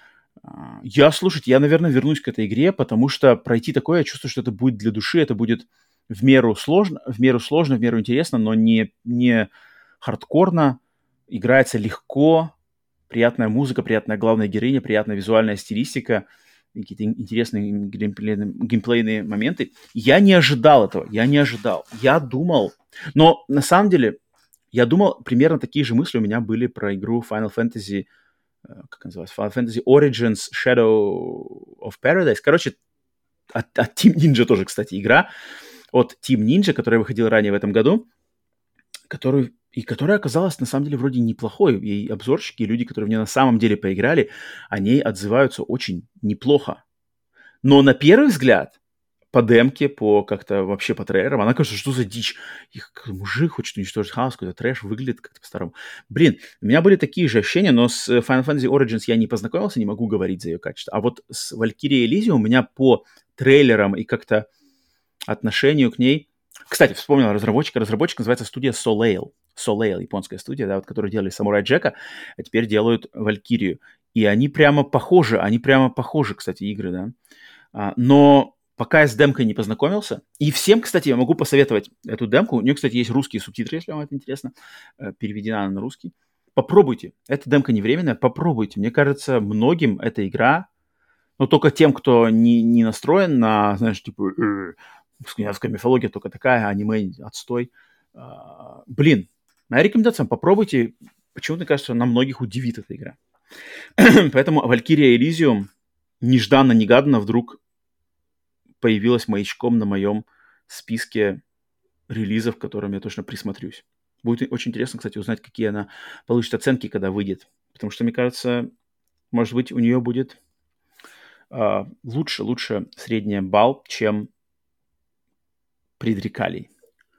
Speaker 1: Я, наверное, вернусь к этой игре, потому что пройти такое, я чувствую, что это будет для души, это будет в меру сложно, в меру интересно, но не хардкорно, играется легко, приятная музыка, приятная главная героиня, приятная визуальная стилистика, какие-то интересные геймплейные моменты. Я не ожидал этого, Я думал... Но на самом деле, я думал, примерно такие же мысли у меня были про игру Final Fantasy, как называется, Final Fantasy Origins Shadow of Paradise. Короче, от Team Ninja тоже, кстати, игра от Team Ninja, которая выходила ранее в этом году, которая оказалась, на самом деле, вроде неплохой. И обзорщики, и люди, которые в нее на самом деле поиграли, о ней отзываются очень неплохо. Но на первый взгляд, по демке, как-то вообще по трейлерам, она кажется, что за дичь. Мужик хочет уничтожить хаос, какой-то трэш, выглядит как-то по-старому. Блин, у меня были такие же ощущения, но с Final Fantasy Origins я не познакомился, не могу говорить за ее качество. А вот с Valkyria Elysium у меня по трейлерам и как-то отношению к ней... Кстати, вспомнил разработчика. Разработчик называется студия Soleil. Soleil, японская студия, да, вот, которые делали Samurai Jack'а, а теперь делают Valkyria. И они прямо похожи, кстати, игры, да. Но пока я с демкой не познакомился, и всем, кстати, я могу посоветовать эту демку. У нее, кстати, есть русские субтитры, если вам это интересно. Переведена она на русский. Попробуйте. Эта демка не временная, попробуйте. Мне кажется, многим эта игра, но только тем, кто не настроен на, знаешь, типа, скандинавская мифология только такая, аниме отстой. Блин, моя рекомендация, попробуйте. Почему-то кажется, на многих удивит эта игра. Поэтому Valkyria Elysium нежданно-негаданно вдруг появилась маячком на моем списке релизов, к которым я точно присмотрюсь. Будет очень интересно, кстати, узнать, какие она получит оценки, когда выйдет. Потому что, мне кажется, может быть, у нее будет лучше средний балл, чем предрекали.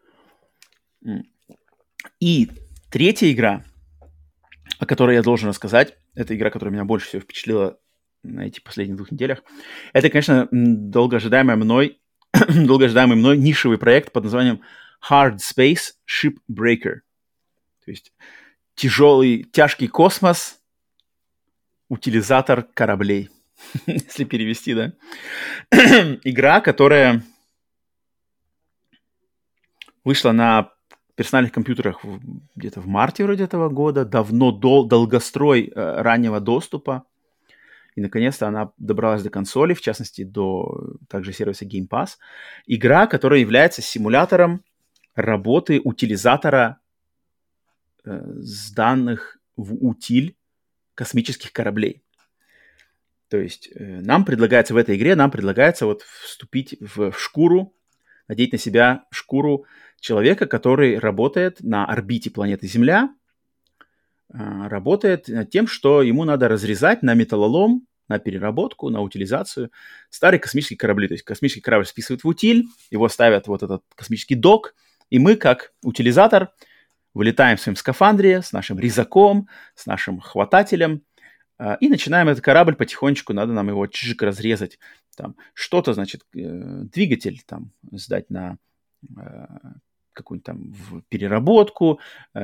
Speaker 1: И третья игра, о которой я должен рассказать, это игра, которая меня больше всего впечатлила на этих последних 2 неделях. Это, конечно, долгоожидаемый мной нишевый проект под названием Hard Space Shipbreaker. То есть тяжкий космос, утилизатор кораблей. Если перевести, да. Игра, которая вышла на персональных компьютерах где-то в марте вроде этого года, долгострой раннего доступа. И, наконец-то, она добралась до консоли, в частности, до также сервиса Game Pass. Игра, которая является симулятором работы утилизатора сданных в утиль космических кораблей. То есть в этой игре нам предлагается вот вступить в шкуру, надеть на себя шкуру человека, который работает на орбите планеты Земля, работает над тем, что ему надо разрезать на металлолом на переработку, на утилизацию. Старые космические корабли, то есть космический корабль списывают в утиль, его ставят вот этот космический док, и мы, как утилизатор, вылетаем в своем скафандре с нашим резаком, с нашим хватателем, и начинаем этот корабль потихонечку, надо нам его чижик разрезать. Там что-то, значит, двигатель там сдать на какую-нибудь там в переработку,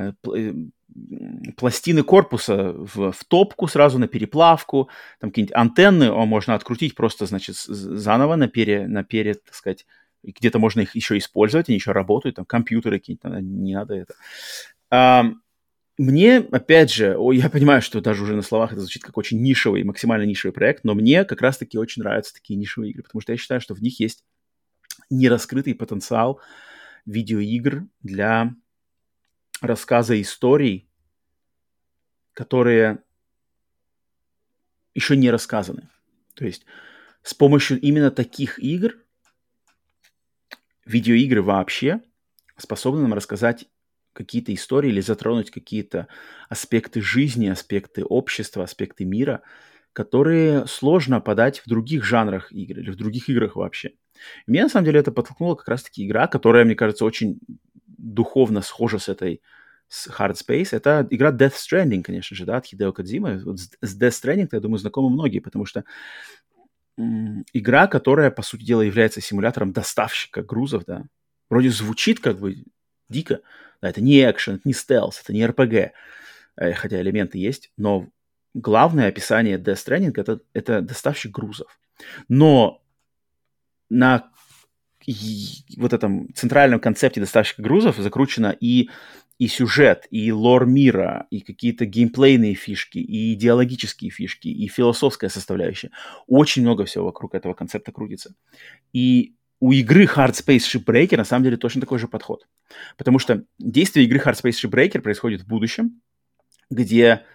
Speaker 1: пластины корпуса в топку сразу на переплавку, там какие-нибудь антенны можно открутить просто, значит, заново на пере, так сказать, где-то можно их еще использовать, они еще работают, там компьютеры какие-то, не надо это. Мне, опять же, я понимаю, что даже уже на словах это звучит как очень нишевый, максимально нишевый проект, но мне как раз-таки очень нравятся такие нишевые игры, потому что я считаю, что в них есть нераскрытый потенциал видеоигр для рассказа историй, которые еще не рассказаны. То есть с помощью именно таких игр видеоигры вообще способны нам рассказать какие-то истории или затронуть какие-то аспекты жизни, аспекты общества, аспекты мира, которые сложно подать в других жанрах игр или в других играх вообще. И меня, на самом деле, это подтолкнула как раз-таки игра, которая, мне кажется, очень духовно схожа с Hard Space. Это игра Death Stranding, конечно же, да, от Хидео Кодзимы. Вот с Death Stranding, я думаю, знакомы многие, потому что игра, которая, по сути дела, является симулятором доставщика грузов, да, вроде звучит как бы дико, да, это не экшен, это не стелс, это не РПГ, хотя элементы есть, но главное описание Death Stranding это доставщик грузов. Но на вот этом центральном концепте доставщика грузов закручено и сюжет, и лор мира, и какие-то геймплейные фишки, и идеологические фишки, и философская составляющая. Очень много всего вокруг этого концепта крутится. И у игры Hard Space Shipbreaker на самом деле точно такой же подход. Потому что действие игры Hard Space Shipbreaker происходит в будущем, где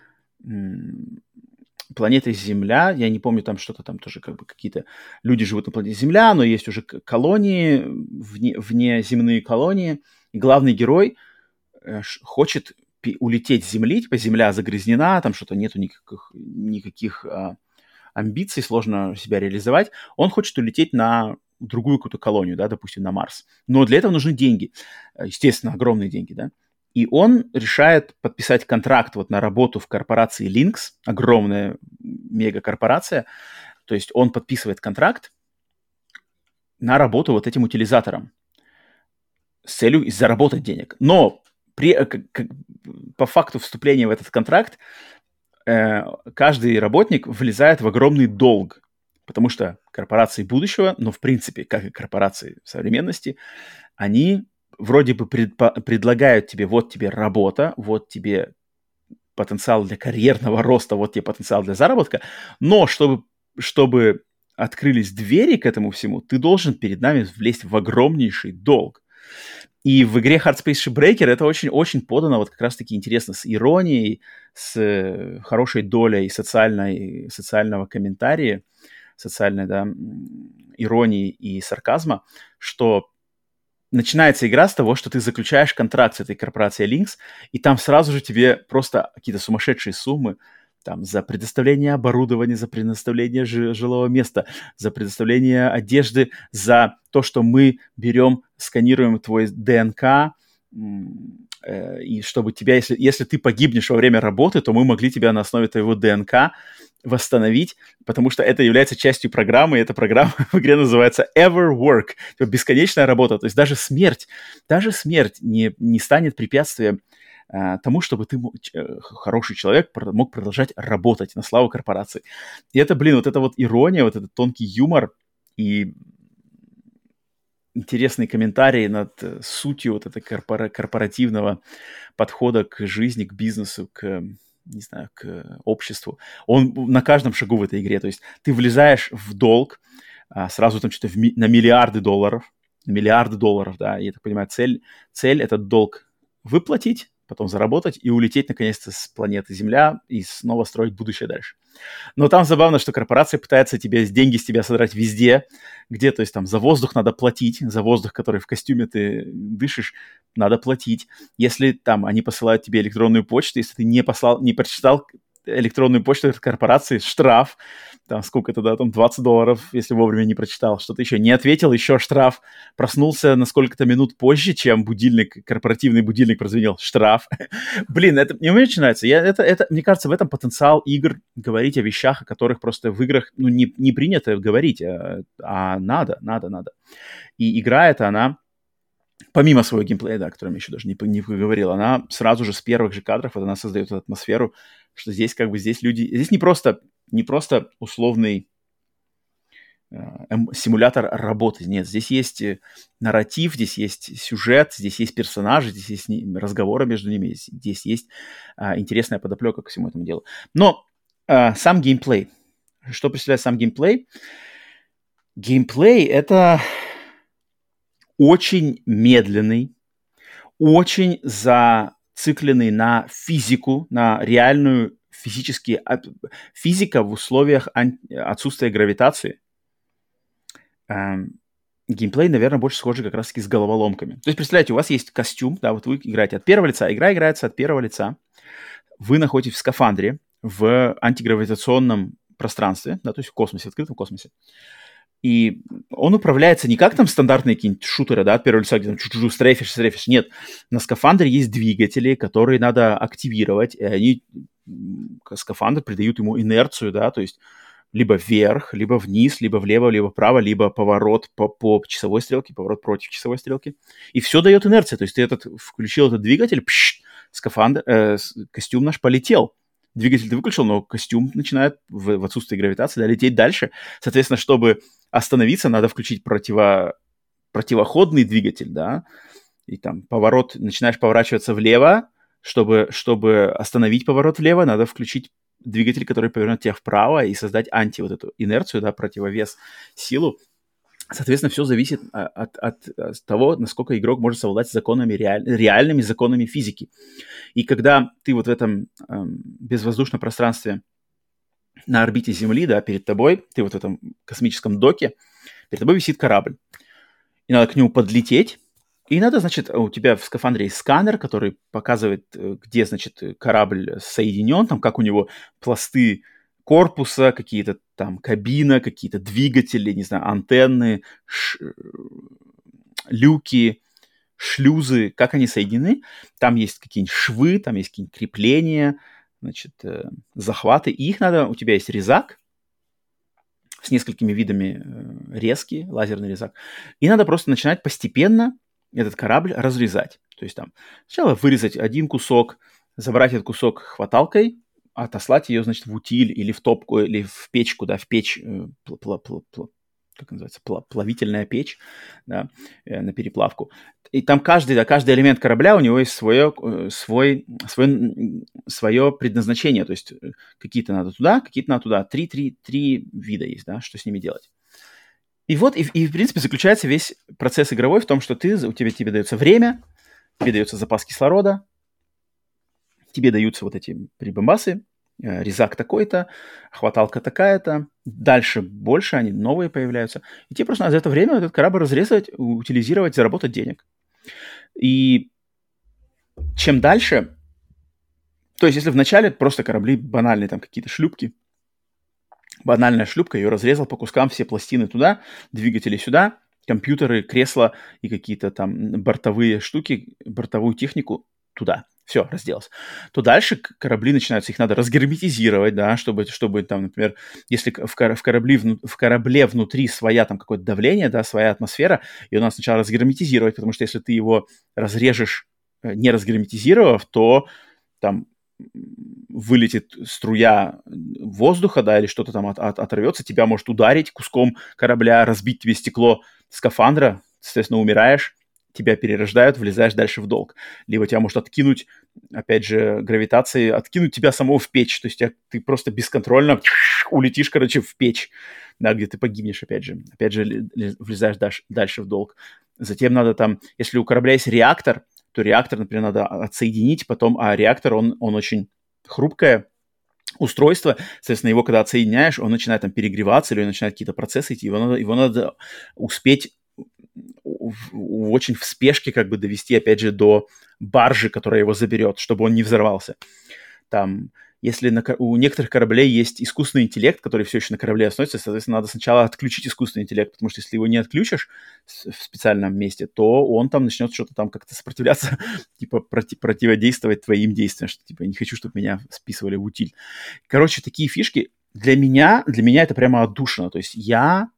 Speaker 1: планета Земля, я не помню, там что-то там тоже как бы какие-то люди живут на планете Земля, но есть уже колонии, внеземные колонии, и главный герой хочет улететь с Земли, типа Земля загрязнена, там что-то нету никаких амбиций, сложно себя реализовать. Он хочет улететь на другую какую-то колонию, да, допустим, на Марс. Но для этого нужны деньги, естественно, огромные деньги, да. И он решает подписать контракт вот на работу в корпорации Lynx, огромная мегакорпорация. То есть он подписывает контракт на работу вот этим утилизатором с целью заработать денег. Но по факту вступления в этот контракт каждый работник влезает в огромный долг, потому что корпорации будущего, но в принципе, как и корпорации современности, они вроде бы предлагают тебе, вот тебе работа, вот тебе потенциал для карьерного роста, вот тебе потенциал для заработка, но чтобы открылись двери к этому всему, ты должен перед нами влезть в огромнейший долг. И в игре Hard Space Shipbreaker это очень-очень подано вот как раз-таки интересно, с иронией, с хорошей долей социального комментария, социальной, да, иронии и сарказма, что начинается игра с того, что ты заключаешь контракт с этой корпорацией Lynx, и там сразу же тебе просто какие-то сумасшедшие суммы там, за предоставление оборудования, за предоставление жилого места, за предоставление одежды, за то, что мы берем, сканируем твой ДНК, и чтобы тебя, если ты погибнешь во время работы, то мы могли тебя на основе твоего ДНК восстановить, потому что это является частью программы, и эта программа в игре называется Everwork, бесконечная работа, то есть даже смерть не станет препятствием тому, чтобы ты, хороший человек, мог продолжать работать на славу корпорации. И это, вот эта вот ирония, вот этот тонкий юмор и интересные комментарии над сутью вот этого корпоративного подхода к жизни, к бизнесу, не знаю, к обществу. Он на каждом шагу в этой игре. То есть ты влезаешь в долг, сразу там что-то на миллиарды долларов, да, я так понимаю, цель этот долг выплатить, потом заработать и улететь наконец-то с планеты Земля и снова строить будущее дальше. Но там забавно, что корпорация пытается деньги с тебя содрать везде, где, то есть там за воздух надо платить, за воздух, который в костюме ты дышишь, надо платить. Если там они посылают тебе электронную почту, если ты не прочитал электронную почту от корпорации, штраф, там сколько это, да, там $20, если вовремя не прочитал, что-то еще, не ответил, еще штраф, проснулся на сколько-то минут позже, чем будильник, корпоративный будильник прозвенел, штраф. Блин, это мне очень нравится. Мне кажется, в этом потенциал игр говорить о вещах, о которых просто в играх, ну, не принято говорить, а надо. И игра эта, она, помимо своего геймплея, да, о котором я еще даже не поговорил, она сразу же с первых же кадров, вот она создает эту атмосферу, что здесь как бы, здесь люди, здесь не просто условный симулятор работы. Нет, здесь есть нарратив, здесь есть сюжет, здесь есть персонажи, здесь есть разговоры между ними, здесь есть интересная подоплека ко всему этому делу. Но сам геймплей. Что представляет сам геймплей? Геймплей — это очень медленный, очень зацикленный на физику, на реальную физика в условиях отсутствия гравитации. Геймплей, наверное, больше схожий как раз-таки с головоломками. То есть, представляете, у вас есть костюм, да, вот вы играете от первого лица, игра играется от первого лица, вы находитесь в скафандре, в антигравитационном пространстве, да, то есть в космосе, в открытом космосе. И он управляется не как там стандартные какие-нибудь шутеры, да, от первого лица, где там чуть-чуть стрейфишь. Нет, на скафандре есть двигатели, которые надо активировать, и они, скафандр придают ему инерцию, да, то есть либо вверх, либо вниз, либо влево, либо вправо, либо поворот по часовой стрелке, поворот против часовой стрелки. И все дает инерцию. То есть ты включил этот двигатель, костюм наш полетел. Двигатель ты выключил, но костюм начинает в отсутствии гравитации, да, лететь дальше. Соответственно, чтобы остановиться, надо включить противоходный двигатель, да, и там начинаешь поворачиваться влево, чтобы остановить поворот влево, надо включить двигатель, который повернет тебя вправо и создать вот эту инерцию, да, противовес, силу. Соответственно, все зависит от того, насколько игрок может совладать с законами реальными законами физики. И когда ты вот в этом безвоздушном пространстве на орбите Земли, да, перед тобой, ты вот в этом космическом доке, перед тобой висит корабль. И надо к нему подлететь. И надо, значит, у тебя в скафандре есть сканер, который показывает, где, значит, корабль соединен, там, как у него пласты корпуса, какие-то там кабина, какие-то двигатели, не знаю, антенны, люки, шлюзы, как они соединены. Там есть какие-нибудь швы, там есть какие-нибудь крепления, значит, захваты. И их надо, у тебя есть резак с несколькими видами резки, лазерный резак. И надо просто начинать постепенно этот корабль разрезать. То есть там сначала вырезать один кусок, забрать этот кусок хваталкой, отослать ее, значит, в утиль или в топку, или в печку, да, в печь, как называется, плавительная печь, да, на переплавку. И там каждый элемент корабля, у него есть свое предназначение. То есть какие-то надо туда, какие-то надо туда. Три вида есть, да, что с ними делать. И вот, в принципе, заключается весь процесс игровой в том, что тебе дается время, тебе дается запас кислорода, тебе даются вот эти прибамбасы, резак такой-то, хваталка такая-то, дальше больше, они новые появляются. И тебе просто надо за это время этот корабль разрезать, утилизировать, заработать денег. И чем дальше... То есть, если вначале просто корабли банальные, там какие-то шлюпки, банальная шлюпка, ее разрезал по кускам, все пластины туда, двигатели сюда, компьютеры, кресла и какие-то там бортовые штуки, бортовую технику туда. Все, разделался. То дальше корабли начинаются, их надо разгерметизировать, да, чтобы там, например, если в корабле внутри своя там какое-то давление, да, своя атмосфера, ее надо сначала разгерметизировать, потому что если ты его разрежешь, не разгерметизировав, то там вылетит струя воздуха, да, или что-то там оторвется, тебя может ударить куском корабля, разбить тебе стекло скафандра, соответственно, умираешь, тебя перерождают, влезаешь дальше в долг. Либо тебя может откинуть, опять же, гравитацией, откинуть тебя самого в печь, то есть ты просто бесконтрольно улетишь, короче, в печь, да, где ты погибнешь, опять же, влезаешь дальше в долг. Затем надо там, если у корабля есть реактор, то реактор, например, надо отсоединить потом, а реактор, он очень хрупкое устройство, соответственно, его когда отсоединяешь, он начинает там перегреваться или начинает какие-то процессы идти, его надо успеть очень в спешке как бы довести, опять же, до баржи, которая его заберет, чтобы он не взорвался. Там Если у некоторых кораблей есть искусственный интеллект, который все еще на корабле остается, соответственно, надо сначала отключить искусственный интеллект, потому что если его не отключишь в специальном месте, то он там начнет что-то там как-то сопротивляться, типа противодействовать твоим действиям, что типа не хочу, чтобы меня списывали в утиль. Короче, такие фишки для меня это прямо отдушина. То есть я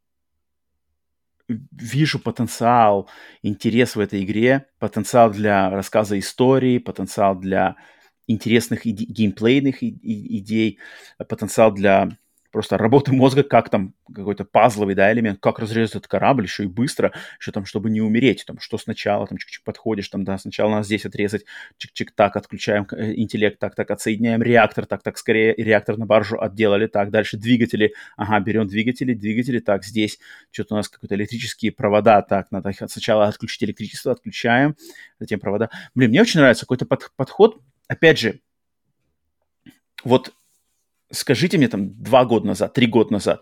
Speaker 1: вижу потенциал, интерес в этой игре, потенциал для рассказа истории, потенциал для интересных геймплейных идей, потенциал для просто работы мозга, как там какой-то пазловый, да, элемент, как разрезать этот корабль еще и быстро, еще там, чтобы не умереть, там, что сначала, там, чик-чик, подходишь, там, да, сначала надо здесь отрезать, чик-чик, так, отключаем интеллект, так, отсоединяем реактор, так, скорее реактор на баржу отделали, так, дальше двигатели, ага, берем двигатели, так, здесь что-то у нас какие-то электрические провода, так, надо сначала отключить электричество, отключаем, затем провода. Блин, мне очень нравится какой-то подход, опять же, вот скажите мне там 2 года назад, 3 года назад,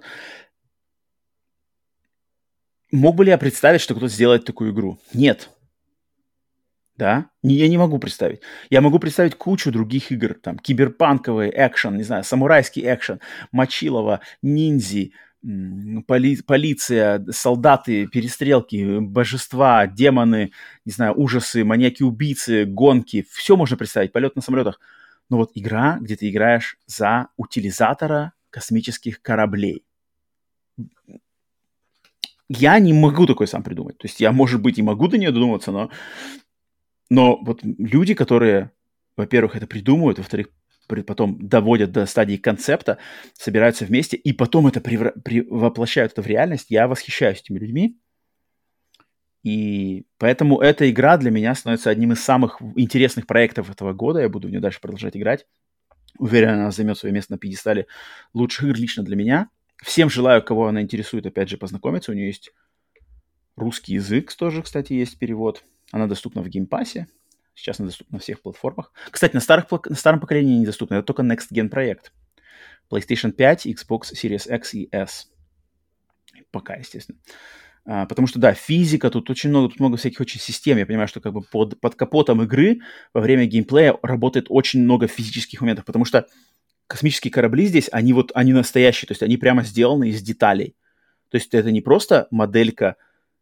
Speaker 1: мог бы ли я представить, что кто-то сделает такую игру? Нет. Да? Я не могу представить. Я могу представить кучу других игр, там, киберпанковый экшен, не знаю, самурайский экшен, мочилово, ниндзи, полиция, солдаты, перестрелки, божества, демоны, не знаю, ужасы, маньяки-убийцы, гонки. Все можно представить, полет на самолетах. Но вот игра, где ты играешь за утилизатора космических кораблей. Я не могу такой сам придумать. То есть я, может быть, и могу до нее додуматься, но вот люди, которые, во-первых, это придумывают, во-вторых, потом доводят до стадии концепта, собираются вместе, и потом это воплощают это в реальность, я восхищаюсь этими людьми. И поэтому эта игра для меня становится одним из самых интересных проектов этого года. Я буду в нее дальше продолжать играть. Уверен, она займет свое место на пьедестале лучших игр лично для меня. Всем желаю, кого она интересует, опять же, познакомиться. У нее есть русский язык, тоже, кстати, есть перевод. Она доступна в геймпассе. Сейчас она доступна на всех платформах. Кстати, на старом поколении недоступна. Это только Next Gen проект. PlayStation 5, Xbox Series X и S. Пока, естественно. Потому что, да, физика, тут много всяких очень систем. Я понимаю, что как бы под капотом игры во время геймплея работает очень много физических моментов, потому что космические корабли здесь, они настоящие, то есть они прямо сделаны из деталей. То есть это не просто моделька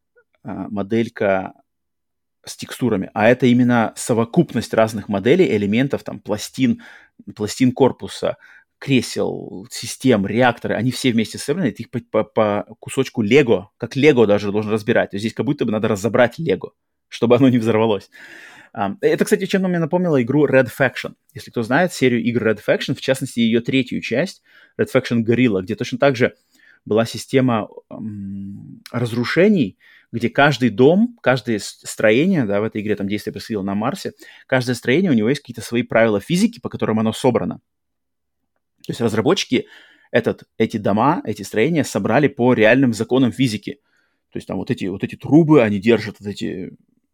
Speaker 1: с текстурами, а это именно совокупность разных моделей, элементов, там, пластин корпуса, кресел, систем, реакторы, они все вместе собраны, ты их по кусочку Лего, как Лего даже должен разбирать. То есть здесь как будто бы надо разобрать Лего, чтобы оно не взорвалось. Это, кстати, чем-то мне напомнило игру Red Faction. Если кто знает серию игр Red Faction, в частности, ее третью часть, Red Faction Guerrilla, где точно так же была система разрушений, где каждый дом, каждое строение, да, в этой игре там действие происходило на Марсе, каждое строение, у него есть какие-то свои правила физики, по которым оно собрано. То есть разработчики эти дома, эти строения собрали по реальным законам физики. То есть там вот эти трубы, они держат вот эти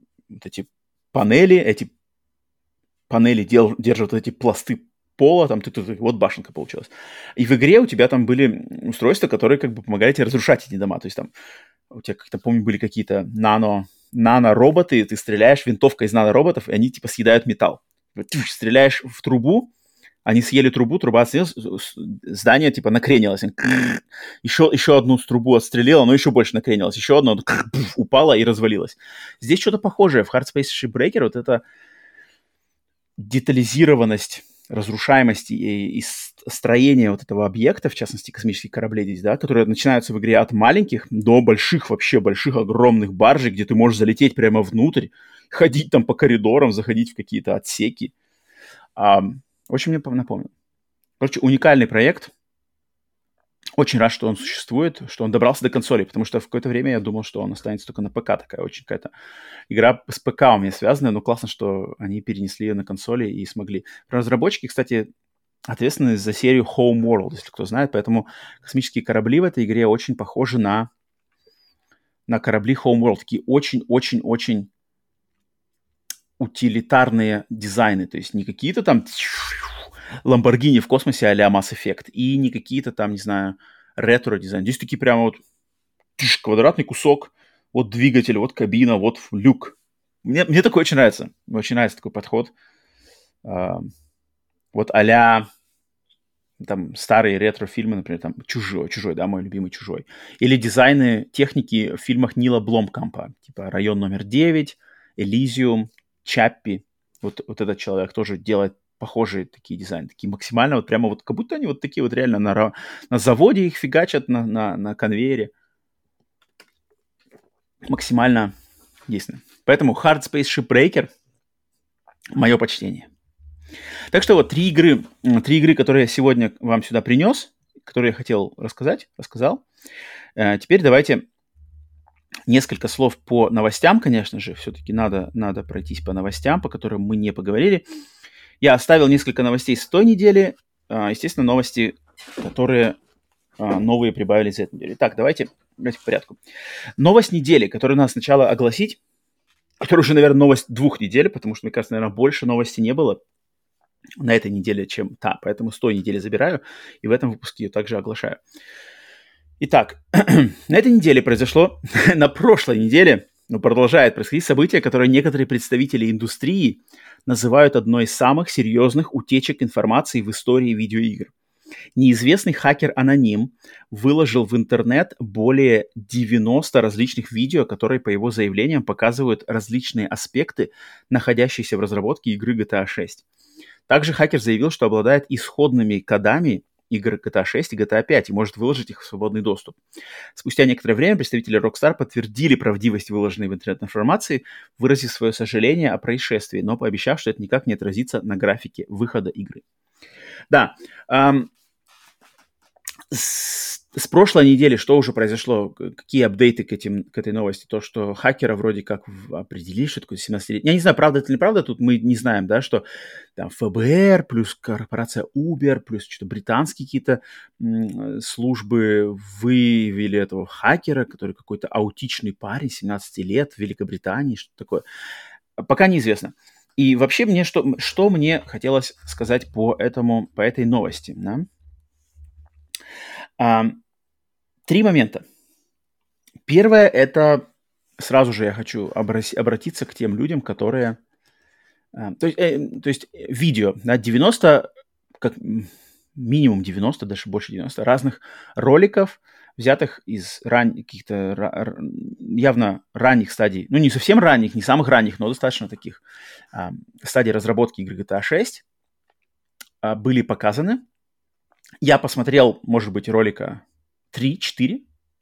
Speaker 1: панели, эти панели держат вот эти пласты пола, там вот башенка получилась. И в игре у тебя там были устройства, которые как бы помогали тебе разрушать эти дома. То есть там у тебя, как-то помню, были какие-то нано-роботы, ты стреляешь винтовкой из нано-роботов, и они типа съедают металл. Ты стреляешь в трубу, они съели трубу, труба отстрелилась, здание типа накренилось. Еще одну трубу отстрелило, но еще больше накренилось. Еще одно упало и развалилось. Здесь что-то похожее. В Hard Space Shipbreaker вот эта детализированность, разрушаемости и строение вот этого объекта, в частности, космических кораблей здесь, да, которые начинаются в игре от маленьких до больших, вообще больших, огромных баржей, где ты можешь залететь прямо внутрь, ходить там по коридорам, заходить в какие-то отсеки. Очень мне напомнил. Короче, уникальный проект. Очень рад, что он существует, что он добрался до консоли, потому что в какое-то время я думал, что он останется только на ПК. Такая очень какая-то игра с ПК у меня связанная, но классно, что они перенесли ее на консоли и смогли. Разработчики, кстати, ответственны за серию Homeworld, если кто знает, поэтому космические корабли в этой игре очень похожи на корабли Homeworld. Такие очень-очень-очень утилитарные дизайны, то есть не какие-то там Lamborghini в космосе а-ля Mass Effect, и не какие-то там, не знаю, ретро-дизайны. Здесь такие прямо вот квадратный кусок, вот двигатель, вот кабина, вот люк. Мне такое очень нравится. Мне очень нравится такой подход. Вот а-ля там старые ретро-фильмы, например, там «Чужой», да, мой любимый «Чужой». Или дизайны техники в фильмах Нила Бломкампа, типа «Район номер 9», «Элизиум», «Чаппи». Вот этот человек тоже делает похожие такие дизайны, такие максимально вот прямо вот, как будто они вот такие вот реально на заводе их фигачат на конвейере. Максимально действенно. Поэтому Hard Space Shipbreaker — мое почтение. Так что вот три игры, которые я сегодня вам сюда принес, которые я хотел рассказал. Теперь давайте несколько слов по новостям, конечно же. Все-таки надо пройтись по новостям, по которым мы не поговорили. Я оставил несколько новостей с той недели. Естественно, новости, которые новые прибавились за эту неделю. Итак, давайте по порядку. Новость недели, которую надо сначала огласить, которая уже, наверное, новость 2 недель, потому что, мне кажется, наверное, больше новости не было на этой неделе, чем та. Поэтому с той недели забираю, и в этом выпуске ее также оглашаю. Итак, на этой неделе произошло, на прошлой неделе, продолжает происходить событие, которое некоторые представители индустрии называют одной из самых серьезных утечек информации в истории видеоигр. Неизвестный хакер-аноним выложил в интернет более 90 различных видео, которые, по его заявлениям, показывают различные аспекты находящейся в разработке игры GTA 6. Также хакер заявил, что обладает исходными кодами игр GTA 6 и GTA 5 и может выложить их в свободный доступ. Спустя некоторое время представители Rockstar подтвердили правдивость выложенной в интернет информации, выразив свое сожаление о происшествии, но пообещав, что это никак не отразится на графике выхода игры. Да, с прошлой недели что уже произошло? Какие апдейты к этой новости? То, что хакера вроде как определили, что такое 17-летний. Я не знаю, правда это или неправда, тут мы не знаем, да, что там ФБР, плюс корпорация Uber, плюс что-то британские какие-то службы выявили этого хакера, который какой-то аутичный парень, 17 лет, в Великобритании, что-то такое. Пока неизвестно. И вообще мне что мне хотелось сказать по этой новости, да? 3 момента. Первое — это сразу же я хочу обратиться к тем людям, которые... То есть видео, да, 90, как минимум 90, даже больше 90 разных роликов, взятых из каких-то явно ранних стадий, ну, не совсем ранних, не самых ранних, но достаточно таких стадий разработки игры GTA 6 были показаны. Я посмотрел, может быть, ролика 3-4.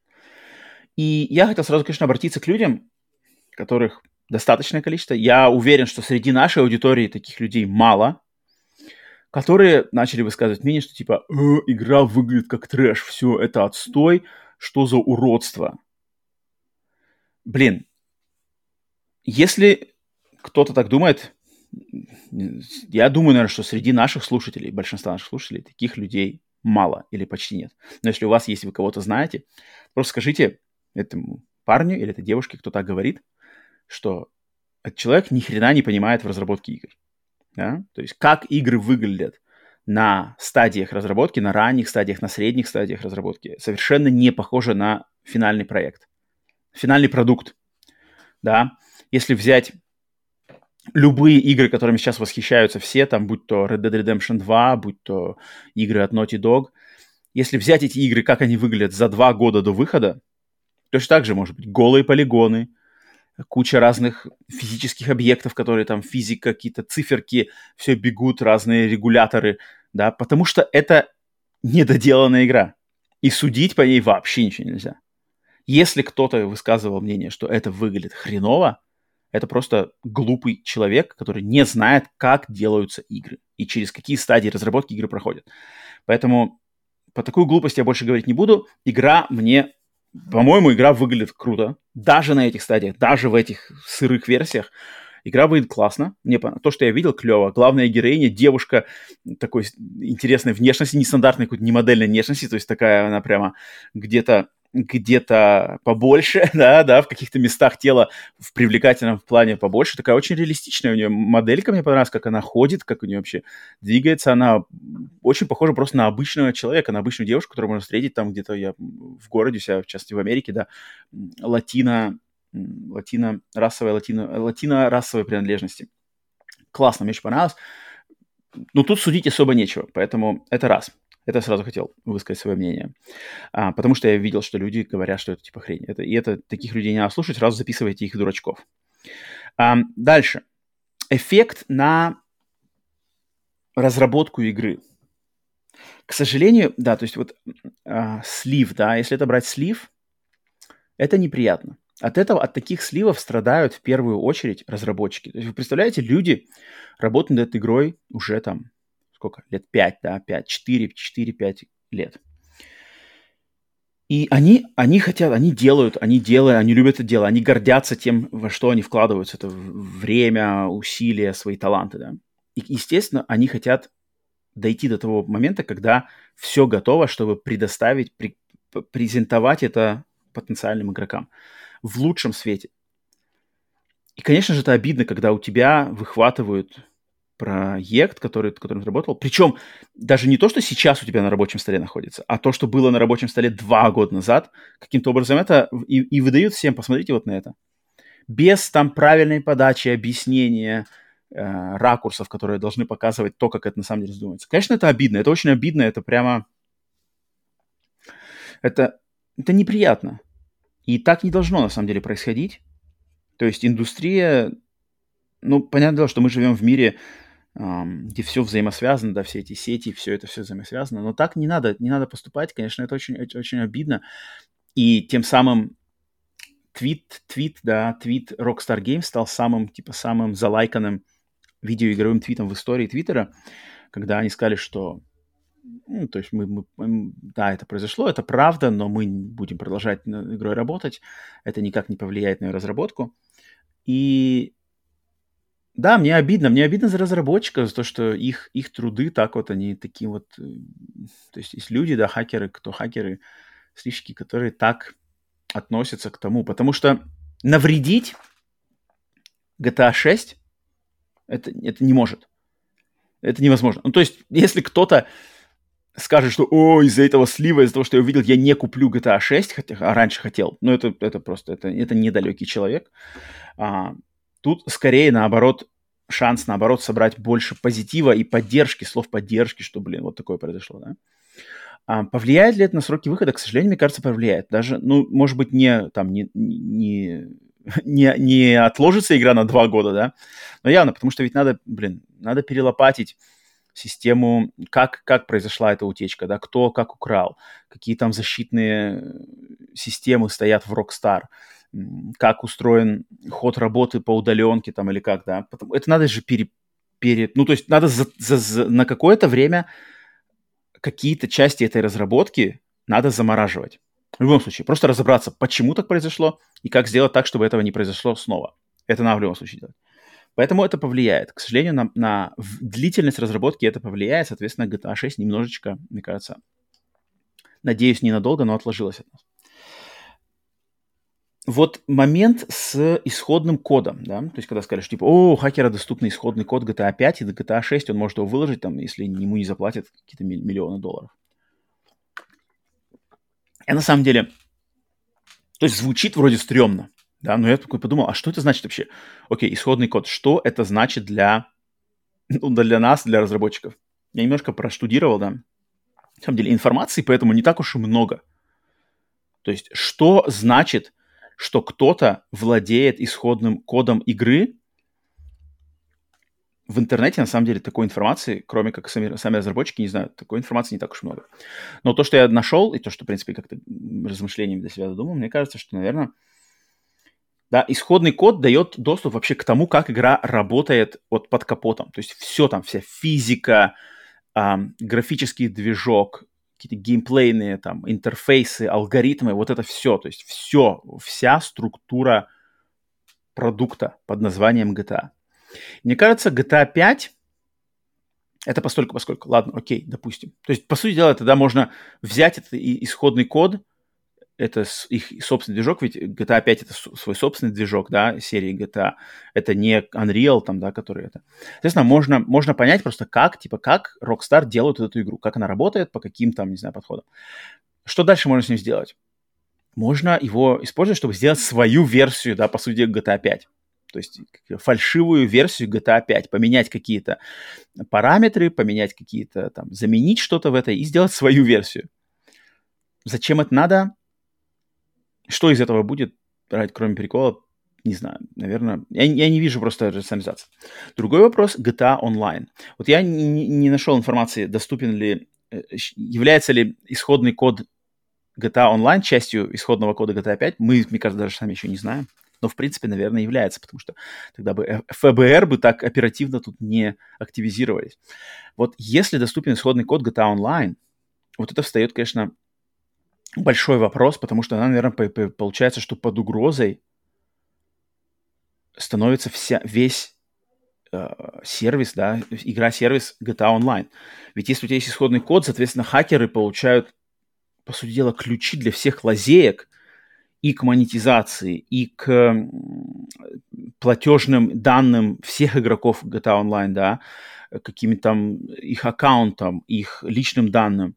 Speaker 1: И я хотел сразу, конечно, обратиться к людям, которых достаточное количество. Я уверен, что среди нашей аудитории таких людей мало, которые начали высказывать мнение, что типа игра выглядит как трэш, все это отстой, что за уродство. Блин, если кто-то так думает, я думаю, наверное, что среди наших слушателей, большинства наших слушателей, таких людей мало или почти нет. Но если у вас есть, вы кого-то знаете, просто скажите этому парню или этой девушке, кто так говорит, что этот человек ни хрена не понимает в разработке игр. Да? То есть как игры выглядят на стадиях разработки, на ранних стадиях, на средних стадиях разработки, совершенно не похоже на финальный проект. Финальный продукт. Да? Если взять любые игры, которыми сейчас восхищаются все, там, будь то Red Dead Redemption 2, будь то игры от Naughty Dog, если взять эти игры, как они выглядят за 2 года до выхода, точно так же, может быть, голые полигоны, куча разных физических объектов, которые там физика, какие-то циферки, все бегут, разные регуляторы, да, потому что это недоделанная игра. И судить по ней вообще ничего нельзя. Если кто-то высказывал мнение, что это выглядит хреново, это просто глупый человек, который не знает, как делаются игры и через какие стадии разработки игры проходят. Поэтому по такой глупости я больше говорить не буду. По-моему, игра выглядит круто. Даже на этих стадиях, даже в этих сырых версиях. Игра выглядит классно. То, что я видел, клево. Главная героиня, девушка такой интересной внешности, нестандартной какой-то немодельной внешности. То есть такая она прямо где-то побольше, да, в каких-то местах тела в привлекательном плане побольше. Такая очень реалистичная у нее моделька, мне понравилась, как она ходит, как у нее вообще двигается. Она очень похожа просто на обычного человека, на обычную девушку, которую можно встретить там где-то я в городе, в частности в Америке, да, латино-расовой принадлежности. Классно, мне очень понравилось. Но тут судить особо нечего, поэтому это раз. Это я сразу хотел высказать свое мнение. Потому что я видел, что люди говорят, что это типа хрень. Таких людей не надо слушать, сразу записывайте их дурачков. Дальше. Эффект на разработку игры. К сожалению, да, то есть вот слив, да, если это брать слив, это неприятно. От таких сливов страдают в первую очередь разработчики. То есть вы представляете, люди работают над этой игрой уже там, сколько, лет 5, да, 5, 4-5 лет. И они хотят, они делают, они любят это дело, они гордятся тем, во что они вкладываются, это время, усилия, свои таланты, да. И, естественно, они хотят дойти до того момента, когда все готово, чтобы презентовать это потенциальным игрокам в лучшем свете. И, конечно же, это обидно, когда у тебя выхватывают проект, которым ты работал. Причем даже не то, что сейчас у тебя на рабочем столе находится, а то, что было на рабочем столе 2 года назад, каким-то образом это и выдают всем, посмотрите вот на это. Без там правильной подачи, объяснения, ракурсов, которые должны показывать то, как это на самом деле задумывается. Конечно, это обидно, это очень обидно, это прямо... Это неприятно. И так не должно, на самом деле, происходить. То есть индустрия... Ну, понятное дело, что мы живем в мире, где все взаимосвязано, да, все эти сети, все взаимосвязано, но так не надо поступать, конечно, это очень, очень обидно. И тем самым твит Rockstar Games стал самым залайканным видеоигровым твитом в истории Твиттера, когда они сказали, что то есть да, это произошло, это правда, но мы будем продолжать над игрой работать, это никак не повлияет на ее разработку. И да, мне обидно за разработчиков, за то, что их труды так вот, они такие вот... То есть люди, да, хакеры, слишки, которые так относятся к тому. Потому что навредить GTA 6 это не может. Это невозможно. Ну, то есть, если кто-то скажет, что из-за этого слива, из-за того, что я увидел, я не куплю GTA 6, хотя раньше хотел, но это просто, это недалекий человек. Тут скорее, наоборот, шанс, наоборот, собрать больше позитива и поддержки, слов поддержки, что, вот такое произошло, да. Повлияет ли это на сроки выхода? К сожалению, мне кажется, повлияет. Даже, может быть, не отложится игра на 2 года, да, но явно, потому что ведь надо перелопатить систему, как произошла эта утечка, да, кто как украл, какие там защитные системы стоят в Rockstar, как устроен ход работы по удаленке там или как, да. Это надо же ну, то есть надо на какое-то время какие-то части этой разработки надо замораживать. В любом случае, просто разобраться, почему так произошло и как сделать так, чтобы этого не произошло снова. Это надо в любом случае делать. Поэтому это повлияет. К сожалению, на длительность разработки это повлияет. Соответственно, GTA 6 немножечко, мне кажется, надеюсь, ненадолго, но отложилось от нас. Вот момент с исходным кодом, да, то есть когда сказали, что типа, у хакера доступный исходный код GTA 5 и до GTA 6 он может его выложить, там, если ему не заплатят какие-то миллионы долларов. И на самом деле, то есть звучит вроде стрёмно, да, но я такой подумал, а что это значит вообще? Окей, исходный код, что это значит для нас, для разработчиков? Я немножко проштудировал, да. На самом деле информации поэтому не так уж и много. То есть что значит, что кто-то владеет исходным кодом игры? В интернете, на самом деле, такой информации, кроме как сами разработчики, не знаю, такой информации не так уж много. Но то, что я нашел, и то, что, в принципе, как-то размышлениями для себя додумал, мне кажется, что, наверное, да, исходный код дает доступ вообще к тому, как игра работает вот под капотом. То есть все там, вся физика, графический движок, какие-то геймплейные там интерфейсы, алгоритмы, вот это все. То есть вся структура продукта под названием GTA. Мне кажется, GTA 5 это постольку-поскольку. Ладно, окей, допустим. То есть, по сути дела, тогда можно взять этот исходный код, это их собственный движок, ведь GTA 5 это свой собственный движок, да, серии GTA. Это не Unreal, там, да, который это. Соответственно, можно понять просто, как Rockstar делают эту игру, как она работает, по каким там, не знаю, подходам. Что дальше можно с ним сделать? Можно его использовать, чтобы сделать свою версию, да, по сути, GTA 5. То То есть фальшивую версию GTA 5, поменять какие-то параметры, поменять какие-то там, заменить что-то в этой и сделать свою версию. Зачем это надо? Что из этого будет, кроме прикола? Не знаю, наверное, я не вижу просто рационализации. Другой вопрос — GTA Online. Вот я не нашел информации, доступен ли, является ли исходный код GTA Online частью исходного кода GTA 5. Мы, мне кажется, даже сами еще не знаем. Но, в принципе, наверное, является, потому что тогда бы ФБР бы так оперативно тут не активизировались. Вот если доступен исходный код GTA Online, вот это встает, конечно, большой вопрос, потому что она, наверное, получается, что под угрозой становится весь сервис, да, игра-сервис GTA Online. Ведь если у тебя есть исходный код, соответственно, хакеры получают, по сути дела, ключи для всех лазеек и к монетизации, и к платежным данным всех игроков GTA Online, да, какими-то там их аккаунтам, их личным данным.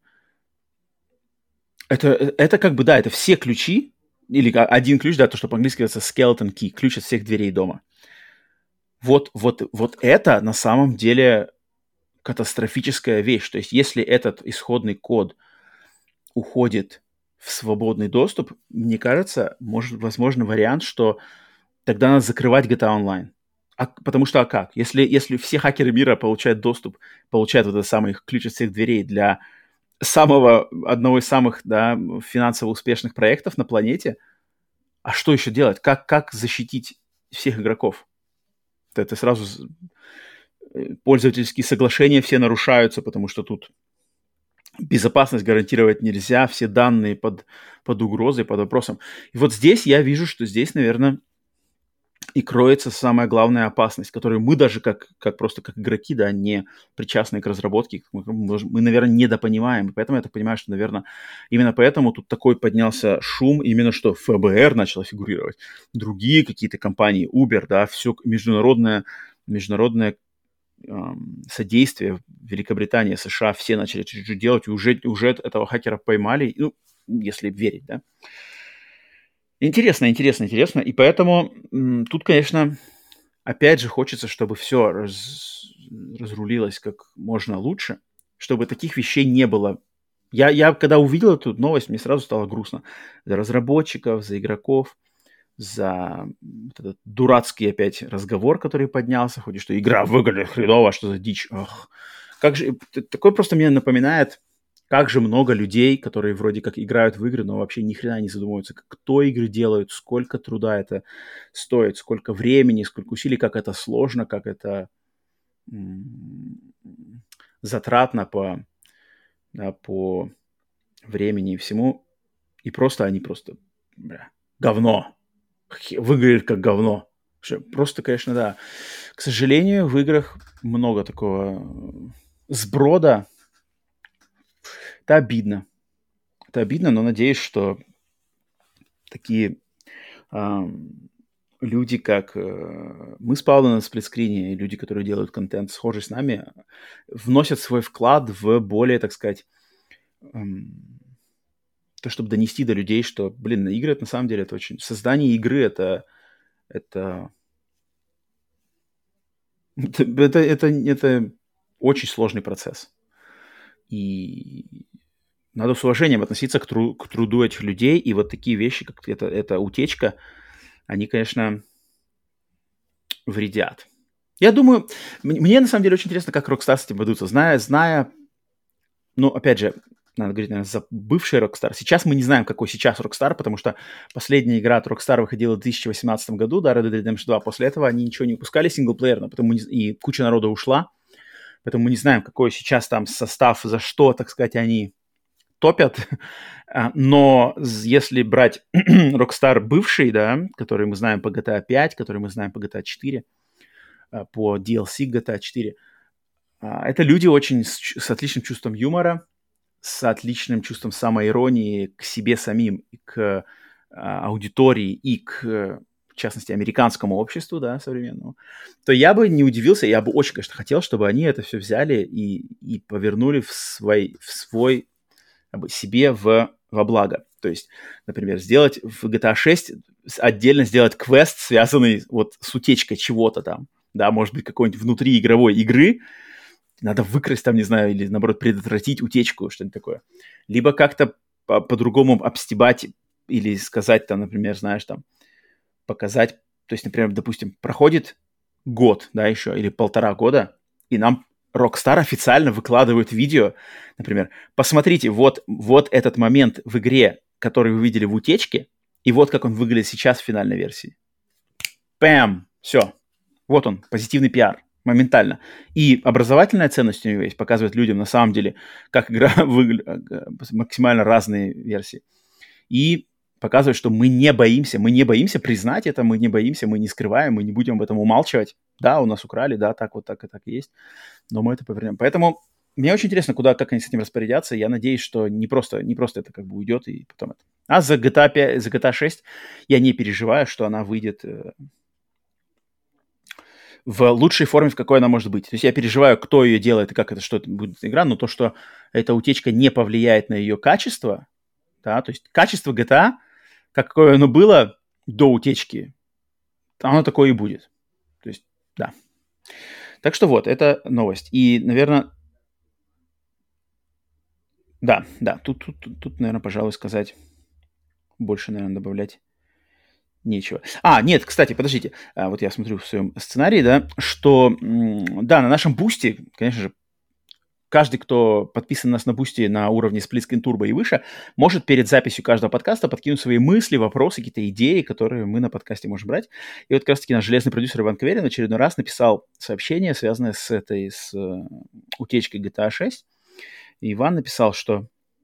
Speaker 1: Это как бы, да, это все ключи, или один ключ, да, то, что по-английски говорится skeleton key, ключ от всех дверей дома. Вот это на самом деле катастрофическая вещь. То есть если этот исходный код уходит в свободный доступ, мне кажется, возможно вариант, что тогда надо закрывать GTA Online. Потому что как? Если все хакеры мира получают доступ, получают вот этот самый ключ от всех дверей для одного из самых, да, финансово успешных проектов на планете, а что еще делать? Как защитить всех игроков? Это сразу пользовательские соглашения все нарушаются, потому что тут безопасность гарантировать нельзя, все данные под угрозой, под вопросом. И вот здесь я вижу, что здесь, наверное, и кроется самая главная опасность, которую мы даже как игроки, да, не причастные к разработке, мы, наверное, недопонимаем. И поэтому я так понимаю, что, наверное, именно поэтому тут такой поднялся шум, именно что ФБР начало фигурировать. Другие какие-то компании, Uber, да, все международное содействие Великобритании, США, все начали чуть-чуть делать, и уже этого хакера поймали, ну, если верить, да. Интересно. И поэтому тут, конечно, опять же хочется, чтобы все разрулилось как можно лучше, чтобы таких вещей не было. Я когда увидел эту новость, мне сразу стало грустно. За разработчиков, за игроков, за вот этот дурацкий опять разговор, который поднялся, хоть и что игра выглядит хреново, что за дичь. Ох. Как же, такое просто мне напоминает, как же много людей, которые вроде как играют в игры, но вообще ни хрена не задумываются, кто игры делают, сколько труда это стоит, сколько времени, сколько усилий, как это сложно, как это затратно по времени и всему. И они просто говно. Выглядит как говно. Просто, конечно, да. К сожалению, в играх много такого сброда. Это обидно. Но надеюсь, что такие люди, как мы с Павлом на сплитскрине, и люди, которые делают контент схожий с нами, вносят свой вклад в более, так сказать, то, чтобы донести до людей, что, игры, это на самом деле, это очень... Создание игры, это очень сложный процесс. И надо с уважением относиться к труду этих людей, и вот такие вещи, как эта утечка, они, конечно, вредят. Я думаю, мне на самом деле очень интересно, как Rockstar с этим ведутся. Зная, ну, опять же, надо говорить, наверное, за бывший Rockstar. Сейчас мы не знаем, какой сейчас Rockstar, потому что последняя игра от Rockstar выходила в 2018 году, да, Red Dead Redemption 2. После этого они ничего не выпускали синглплеерно, и куча народа ушла. Поэтому мы не знаем, какой сейчас там состав, за что, так сказать, они топят. Но если брать Rockstar бывший, да, который мы знаем по GTA 5, который мы знаем по GTA 4, по DLC GTA 4, это люди очень с отличным чувством юмора, с отличным чувством самоиронии к себе самим, к аудитории и в частности, американскому обществу, да, современному, то я бы не удивился, я бы очень, конечно, хотел, чтобы они это все взяли и повернули в свой себе во благо. То есть, например, сделать в GTA 6, отдельно сделать квест, связанный вот с утечкой чего-то там. Да, может быть, какой-нибудь внутриигровой игры. Надо выкрасть там, не знаю, или, наоборот, предотвратить утечку, что-нибудь такое. Либо как-то по-другому обстебать или сказать там, например, знаешь, там, показать. То есть, например, допустим, проходит год, да, еще, или 1,5 года, и нам Rockstar официально выкладывают видео, например, посмотрите, вот этот момент в игре, который вы видели в утечке, и вот как он выглядит сейчас в финальной версии. Пэм! Все. Вот он, позитивный пиар. Моментально. И образовательная ценность у него есть, показывает людям на самом деле, как игра выглядит, максимально разные версии. И показывает, что мы не боимся признать это, мы не боимся, мы не скрываем, мы не будем об этом умалчивать. Да, у нас украли, да, так вот так и есть, но мы это повернем. Поэтому мне очень интересно, как они с этим распорядятся. Я надеюсь, что не просто это как бы уйдет и потом это. А за GTA 5, за GTA 6 я не переживаю, что она выйдет в лучшей форме, в какой она может быть. То есть я переживаю, кто ее делает и как это, что это будет игра, но то, что эта утечка не повлияет на ее качество, да, то есть качество GTA, какое оно было до утечки, оно такое и будет. То есть, да. Так что вот, это новость. И, наверное, да, тут, наверное, пожалуй, сказать больше, наверное, добавлять нечего. Нет, кстати, подождите. Вот я смотрю в своем сценарии, да, что, да, на нашем бусте, конечно же, каждый, кто подписан на нас на бусте на уровне Split Screen Turbo и выше, может перед записью каждого подкаста подкинуть свои мысли, вопросы, какие-то идеи, которые мы на подкасте можем брать. И вот как раз-таки наш железный продюсер Иван Каверин в очередной раз написал сообщение, связанное с утечкой GTA 6. И Иван написал, что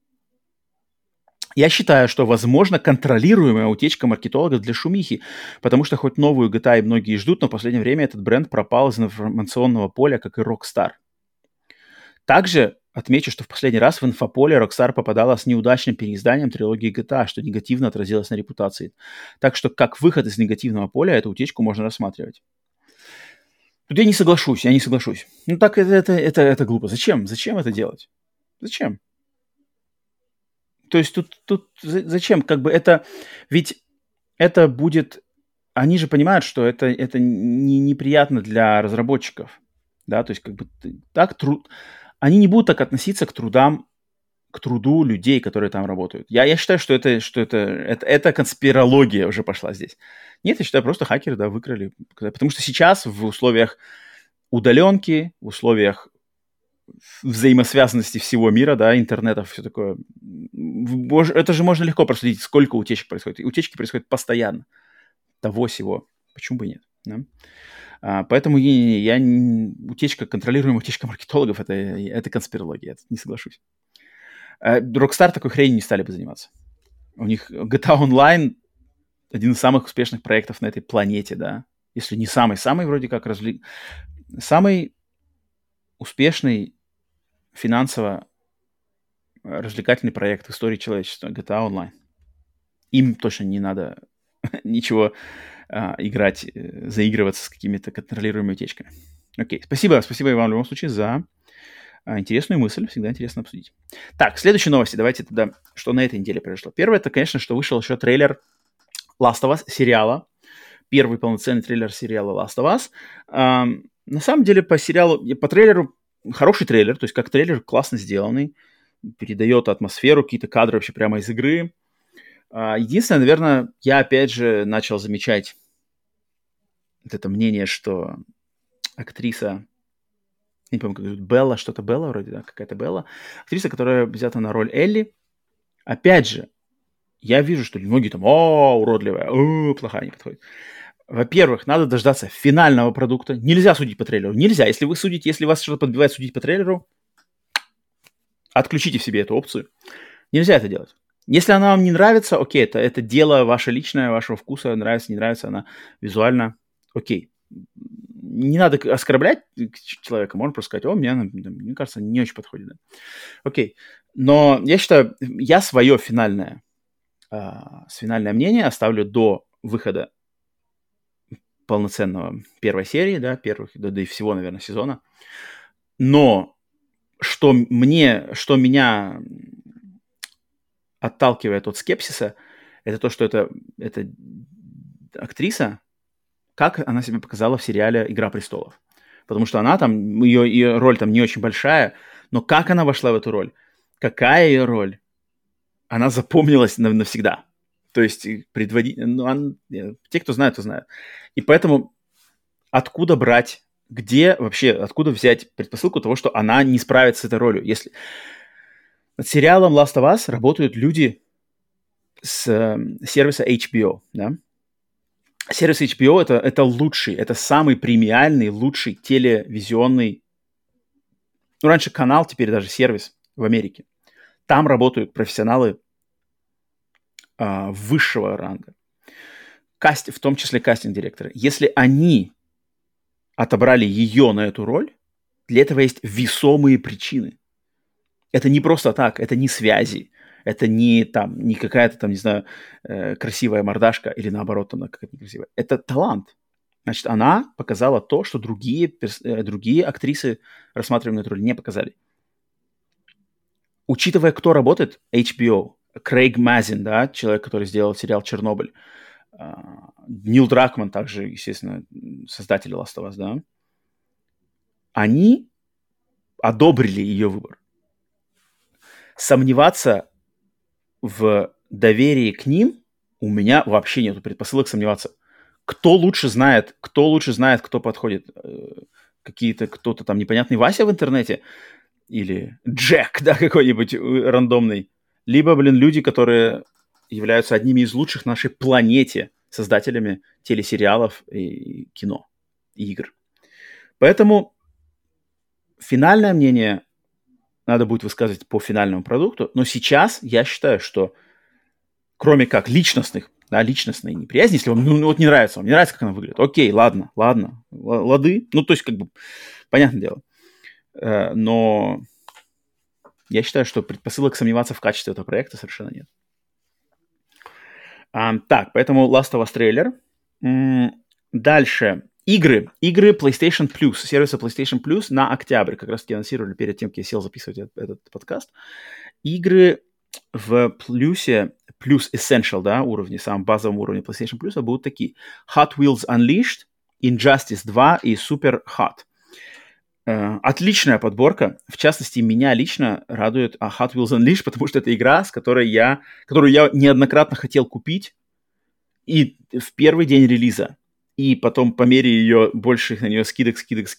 Speaker 1: я считаю, что возможно контролируемая утечка маркетологов для шумихи, потому что хоть новую GTA и многие ждут, но в последнее время этот бренд пропал из информационного поля, как и Rockstar. Также отмечу, что в последний раз в инфополе Rockstar попадала с неудачным переизданием трилогии GTA, что негативно отразилось на репутации. Так что как выход из негативного поля эту утечку можно рассматривать. Тут я не соглашусь. Ну так это глупо. Зачем это делать? Зачем? То есть тут зачем? Как бы это... Ведь это будет... Они же понимают, что это неприятно для разработчиков. Да, то есть как бы так они не будут так относиться к труду людей, которые там работают. Я считаю, что это конспирология уже пошла здесь. Нет, я считаю, просто хакеры, да, выкрали. Потому что сейчас в условиях удаленки, в условиях взаимосвязанности всего мира, да, интернета, все такое, это же можно легко проследить, сколько утечек происходит. И утечки происходят постоянно. Того всего. Почему бы и нет? Да? Поэтому контролируемая утечка маркетологов это конспирология, я не соглашусь. Rockstar такой хренью не стали бы заниматься. У них GTA Online один из самых успешных проектов на этой планете, да. Если не самый вроде как самый успешный финансово развлекательный проект в истории человечества GTA Online. Им точно не надо ничего играть, заигрываться с какими-то контролируемыми утечками. Окей, спасибо вам в любом случае за интересную мысль, всегда интересно обсудить. Так, следующие новости, давайте тогда, что на этой неделе произошло. Первое, это, конечно, что вышел еще трейлер Last of Us сериала, первый полноценный трейлер сериала Last of Us. На самом деле по трейлеру хороший трейлер, то есть как трейлер классно сделанный, передает атмосферу, какие-то кадры вообще прямо из игры. Единственное, наверное, я опять же начал замечать вот это мнение, что актриса, не помню, как зовут, Белла вроде, да, какая-то Белла, актриса, которая взята на роль Элли, опять же, я вижу, что многие там, уродливая, плохая, не подходит. Во-первых, надо дождаться финального продукта. Нельзя судить по трейлеру. Нельзя. Если вас что-то подбивает судить по трейлеру, отключите в себе эту опцию. Нельзя это делать. Если она вам не нравится, окей, это дело ваше личное, вашего вкуса, нравится, не нравится она визуально, окей. Не надо оскорблять человека, можно просто сказать, мне кажется, не очень подходит. Да? Окей. Но я считаю, я свое финальное мнение оставлю до выхода полноценного первой серии, да, да и всего, наверное, сезона. Но что меня отталкивает от скепсиса, это то, что это актриса, как она себя показала в сериале «Игра престолов». Потому что она там, ее роль там не очень большая, но как она вошла в эту роль, какая ее роль, она запомнилась навсегда. То есть те, кто знает, то знают. И поэтому откуда брать, откуда взять предпосылку того, что она не справится с этой ролью? Если над сериалом Last of Us работают люди с сервиса HBO, да? Сервис HBO это лучший, это самый премиальный, лучший телевизионный, ну, раньше канал, теперь даже сервис в Америке. Там работают профессионалы высшего ранга, в том числе кастинг-директоры. Если они отобрали ее на эту роль, для этого есть весомые причины. Это не просто так, это не связи, это не какая-то там, не знаю, красивая мордашка или наоборот, она какая-то некрасивая. Это талант. Значит, она показала то, что другие актрисы, рассматриваемые на эту роль, не показали. Учитывая, кто работает, HBO, Крейг Мазин, да, человек, который сделал сериал «Чернобыль», Нил Дракман, также, естественно, создатель Last of Us, да, они одобрили ее выбор. Сомневаться в доверии к ним у меня вообще нету предпосылок сомневаться. Кто лучше знает, кто подходит? Кто-то там непонятный Вася в интернете или Джек, да, какой-нибудь рандомный. Либо, люди, которые являются одними из лучших на нашей планете создателями телесериалов и кино, и игр. Поэтому финальное мнение надо будет высказывать по финальному продукту, но сейчас я считаю, что кроме как личностной неприязни, если вам не нравится, как она выглядит, окей, ладно, лады, то есть понятное дело. Но я считаю, что предпосылок сомневаться в качестве этого проекта совершенно нет. Так, поэтому Last of Us трейлер. Дальше. Игры PlayStation Plus, сервиса PlayStation Plus на октябрь. Как раз-таки анонсировали перед тем, как я сел записывать этот подкаст. Игры в плюсе, плюс Essential, да, уровне, самом базовом уровне PlayStation Plus будут такие. Hot Wheels Unleashed, Injustice 2 и Super Hot. Отличная подборка. В частности, меня лично радует Hot Wheels Unleashed, потому что это игра, которую я неоднократно хотел купить и в первый день релиза. И потом по мере ее больших на нее скидок.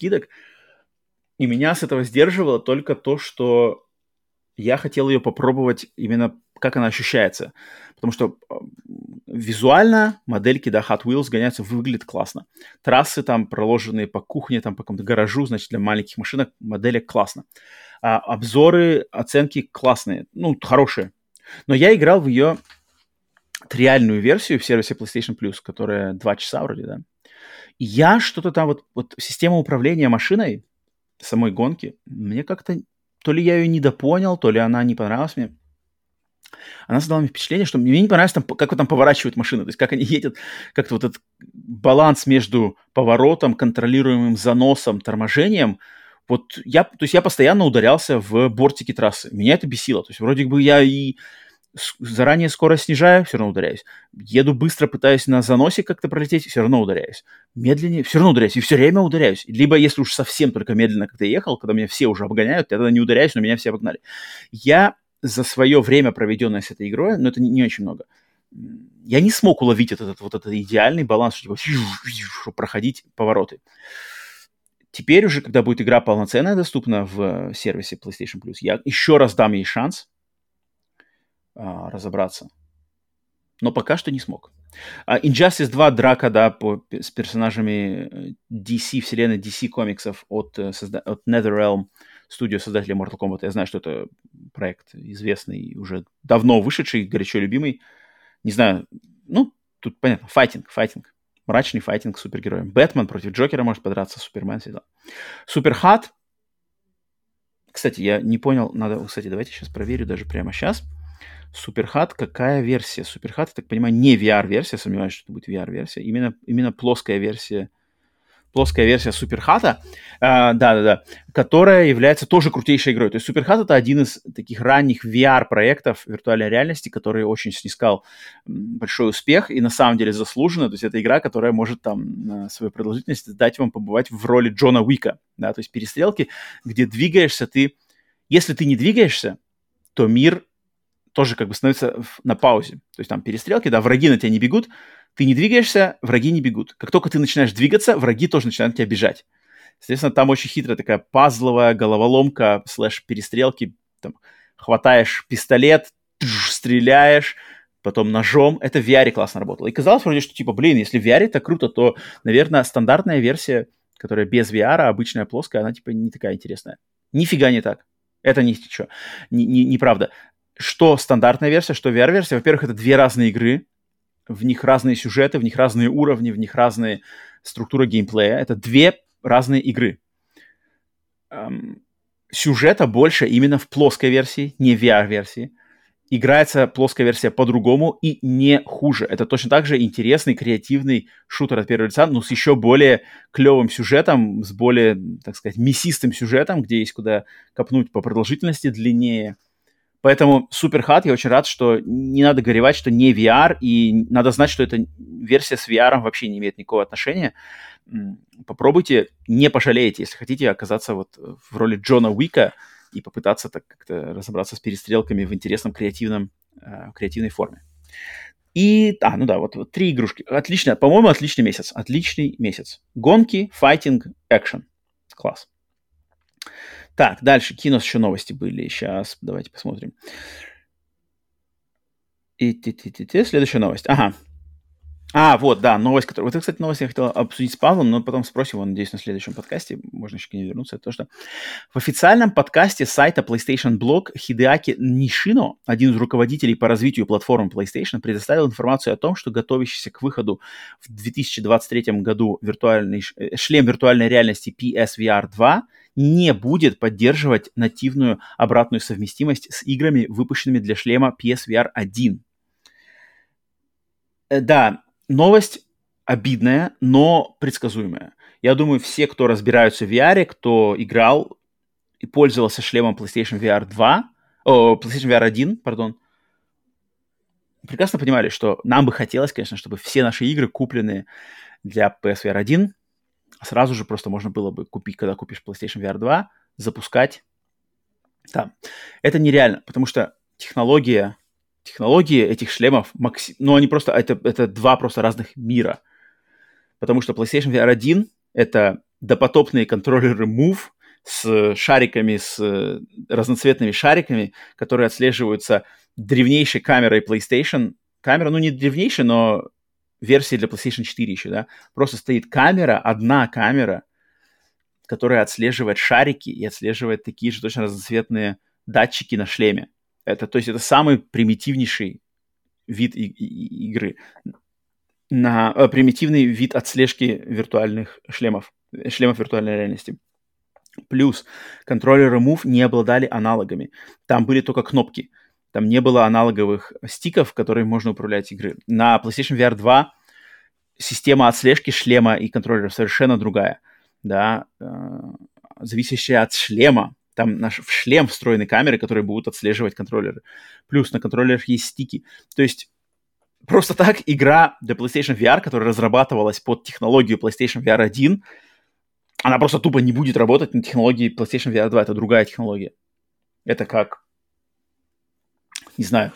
Speaker 1: И меня с этого сдерживало только то, что я хотел ее попробовать именно как она ощущается. Потому что визуально модельки, да, Hot Wheels гоняются, выглядит классно. Трассы там проложенные по кухне, там по какому-то гаражу, значит, для маленьких машинок моделек классно. Обзоры, оценки классные, хорошие. Но я играл в ее триальную версию в сервисе PlayStation Plus, которая 2 часа вроде, да. И я что-то там, вот система управления машиной, самой гонки, мне как-то, то ли я ее недопонял, то ли она не понравилась мне. Она создала мне впечатление, что мне не понравилось, как там поворачивают машины, то есть как они едут, как-то вот этот баланс между поворотом, контролируемым заносом, торможением. То есть я постоянно ударялся в бортики трассы. Меня это бесило. То есть вроде бы я и заранее скорость снижаю, все равно ударяюсь. Еду быстро, пытаюсь на заносе как-то пролететь, все равно ударяюсь. Медленнее, все равно ударяюсь. И все время ударяюсь. Либо если уж совсем только медленно как-то ехал, когда меня все уже обгоняют, я тогда не ударяюсь, но меня все обогнали. Я за свое время, проведенное с этой игрой, но это не очень много, я не смог уловить этот идеальный баланс, чтобы проходить повороты. Теперь уже, когда будет игра полноценная доступна в сервисе PlayStation Plus, я еще раз дам ей шанс разобраться. Но пока что не смог. Injustice 2 драка, да, с персонажами DC, вселенной DC комиксов от NetherRealm, студию создателей Mortal Kombat. Я знаю, что это проект известный, уже давно вышедший, горячо любимый. Не знаю, тут понятно, файтинг. Мрачный файтинг с супергероем. Бэтмен против Джокера может подраться, Супермен всегда. Super Hot. Кстати, я не понял, давайте сейчас проверю даже прямо сейчас. Super Hot, какая версия? Super Hot, я так понимаю, не VR-версия, сомневаюсь, что это будет VR-версия. Именно плоская версия плоская версия Superhot, да-да-да, которая является тоже крутейшей игрой. То есть Superhot — это один из таких ранних VR-проектов виртуальной реальности, который очень снискал большой успех и на самом деле заслуженно. То есть это игра, которая может там на свою продолжительность дать вам побывать в роли Джона Уика, да, то есть перестрелки, где двигаешься ты. Если ты не двигаешься, то мир тоже как бы становится на паузе. То есть там перестрелки, да, враги на тебя не бегут, ты не двигаешься, враги не бегут. Как только ты начинаешь двигаться, враги тоже начинают на тебя бежать. Соответственно, там очень хитрая такая пазловая головоломка, слэш-перестрелки. Там, хватаешь пистолет, стреляешь, потом ножом. Это в VR классно работало. И казалось вроде, что типа, блин, если в VR это круто, то, наверное, стандартная версия, которая без VR, обычная плоская, она типа не такая интересная. Нифига не так. Это ничего. Неправда. Что стандартная версия, что VR-версия. Во-первых, это две разные игры. В них разные сюжеты, в них разные уровни, в них разные структуры геймплея. Это две разные игры. Сюжета больше именно в плоской версии, не в VR-версии. Играется плоская версия по-другому и не хуже. Это точно так же интересный, креативный шутер от первого лица, но с еще более клевым сюжетом, с более, так сказать, мясистым сюжетом, где есть куда копнуть по продолжительности длиннее. Поэтому Superhot, я очень рад, что не надо горевать, что не VR, и надо знать, что эта версия с VR вообще не имеет никакого отношения. Попробуйте, не пожалеете, если хотите оказаться вот в роли Джона Уика и попытаться так как-то разобраться с перестрелками в интересном креативной форме. И, ну да, вот 3 игрушки. Отлично, по-моему, отличный месяц. Отличный месяц. Гонки, файтинг, экшен. Класс. Так, дальше. Какие у нас еще новости были? Сейчас, давайте посмотрим. Следующая новость. Ага. Вот, да, новость, которую... Вот, кстати, новость я хотел обсудить с Павлом, но потом спросим его, надеюсь, на следующем подкасте. Можно еще к ней вернуться. Это то, что в официальном подкасте сайта PlayStation Blog Хидеаки Нишино, один из руководителей по развитию платформы PlayStation, предоставил информацию о том, что готовящийся к выходу в 2023 году шлем виртуальной реальности PSVR 2 не будет поддерживать нативную обратную совместимость с играми, выпущенными для шлема PSVR 1. Да, новость обидная, но предсказуемая. Я думаю, все, кто разбираются в VR, кто играл и пользовался шлемом PlayStation VR 1, прекрасно понимали, что нам бы хотелось, конечно, чтобы все наши игры, купленные для PSVR 1, сразу же просто можно было бы купить, когда купишь PlayStation VR 2, запускать там. Это нереально, потому что технологии этих шлемов, они просто, это два просто разных мира. Потому что PlayStation VR 1 — это допотопные контроллеры Move с шариками, с разноцветными шариками, которые отслеживаются древнейшей камерой PlayStation. Камера, не древнейшая, но версия для PlayStation 4 еще, да. Просто стоит одна камера, которая отслеживает шарики и отслеживает такие же точно разноцветные датчики на шлеме. То есть это самый примитивнейший вид игры. Примитивный вид отслежки виртуальных шлемов виртуальной реальности. Плюс контроллеры Move не обладали аналогами. Там были только кнопки. Там не было аналоговых стиков, которыми можно управлять игры. На PlayStation VR 2 система отслежки шлема и контроллеров совершенно другая. Да, зависящая от шлема. Там в шлем встроены камеры, которые будут отслеживать контроллеры. Плюс на контроллерах есть стики. То есть просто так игра для PlayStation VR, которая разрабатывалась под технологию PlayStation VR 1, она просто тупо не будет работать на технологии PlayStation VR 2. Это другая технология. Это как, не знаю,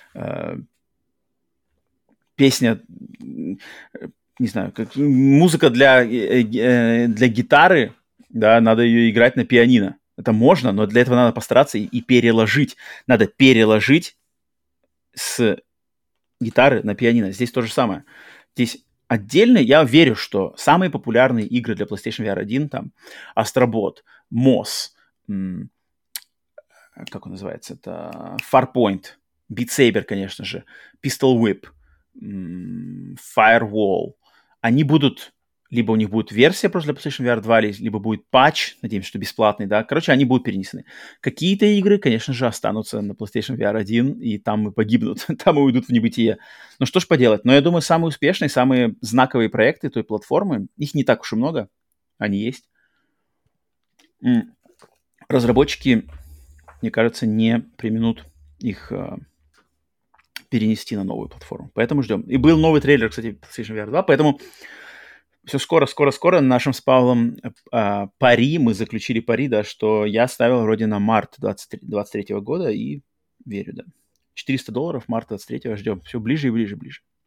Speaker 1: песня, не знаю, как музыка для гитары, да, надо ее играть на пианино. Это можно, но для этого надо постараться и переложить. Надо переложить с гитары на пианино. Здесь то же самое. Здесь отдельно я верю, что самые популярные игры для PlayStation VR 1, там, Astrobot, Moss, как он называется, это Farpoint, Beat Saber, конечно же, Pistol Whip, Firewall, они будут... Либо у них будет версия просто для PlayStation VR 2, либо будет патч, надеемся, что бесплатный, да. Короче, они будут перенесены. Какие-то игры, конечно же, останутся на PlayStation VR 1, и там и погибнут, там и уйдут в небытие. Ну что ж поделать. Но я думаю, самые успешные, самые знаковые проекты той платформы, их не так уж и много. они есть. Разработчики, мне кажется, не преминут их перенести на новую платформу. Поэтому ждем. И был новый трейлер, кстати, PlayStation VR 2, поэтому все скоро. На нашем с Павлом пари, мы заключили пари, да, что я ставил вроде на март 23 года и верю, да. $400, март 23-го, ждем. Все ближе и ближе.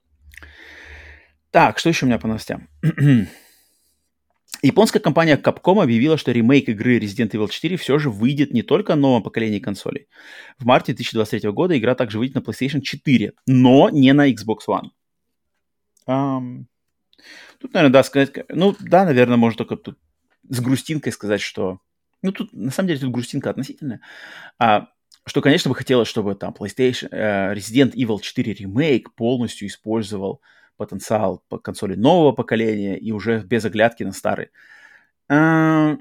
Speaker 1: Так, что еще у меня по новостям? Японская компания Capcom объявила, что ремейк игры Resident Evil 4 все же выйдет не только на новом поколении консолей. В марте 2023 года игра также выйдет на PlayStation 4, но не на Xbox One. Тут, наверное, да, сказать... Ну, да, наверное, можно только тут с грустинкой сказать, что... Ну, тут, на самом деле, тут грустинка относительная. Что, конечно, бы хотелось, чтобы там PlayStation... Resident Evil 4 ремейк полностью использовал потенциал по консоли нового поколения и уже без оглядки на старый. Но...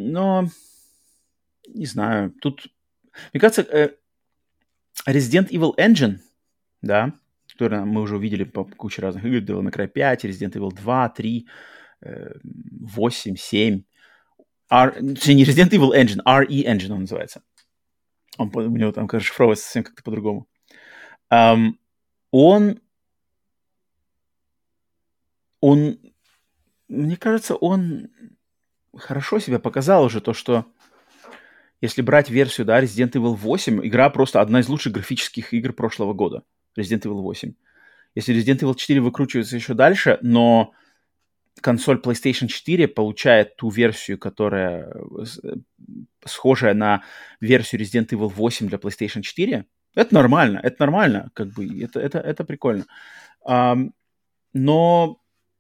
Speaker 1: Не знаю. Тут... Мне кажется, Resident Evil Engine, да, которые мы уже увидели по куче разных игр, Devil May Cry 5, Resident Evil 2, 3, 8, 7. Не Resident Evil Engine, RE Engine он называется. У него там, короче, шифровывается совсем как-то по-другому. Мне кажется, он хорошо себя показал уже, то, что если брать версию, да, Resident Evil 8, игра просто одна из лучших графических игр прошлого года. Resident Evil 8. Если Resident Evil 4 выкручивается еще дальше, но консоль PlayStation 4 получает ту версию, которая схожая на версию Resident Evil 8 для PlayStation 4, это нормально, как бы, это прикольно. Но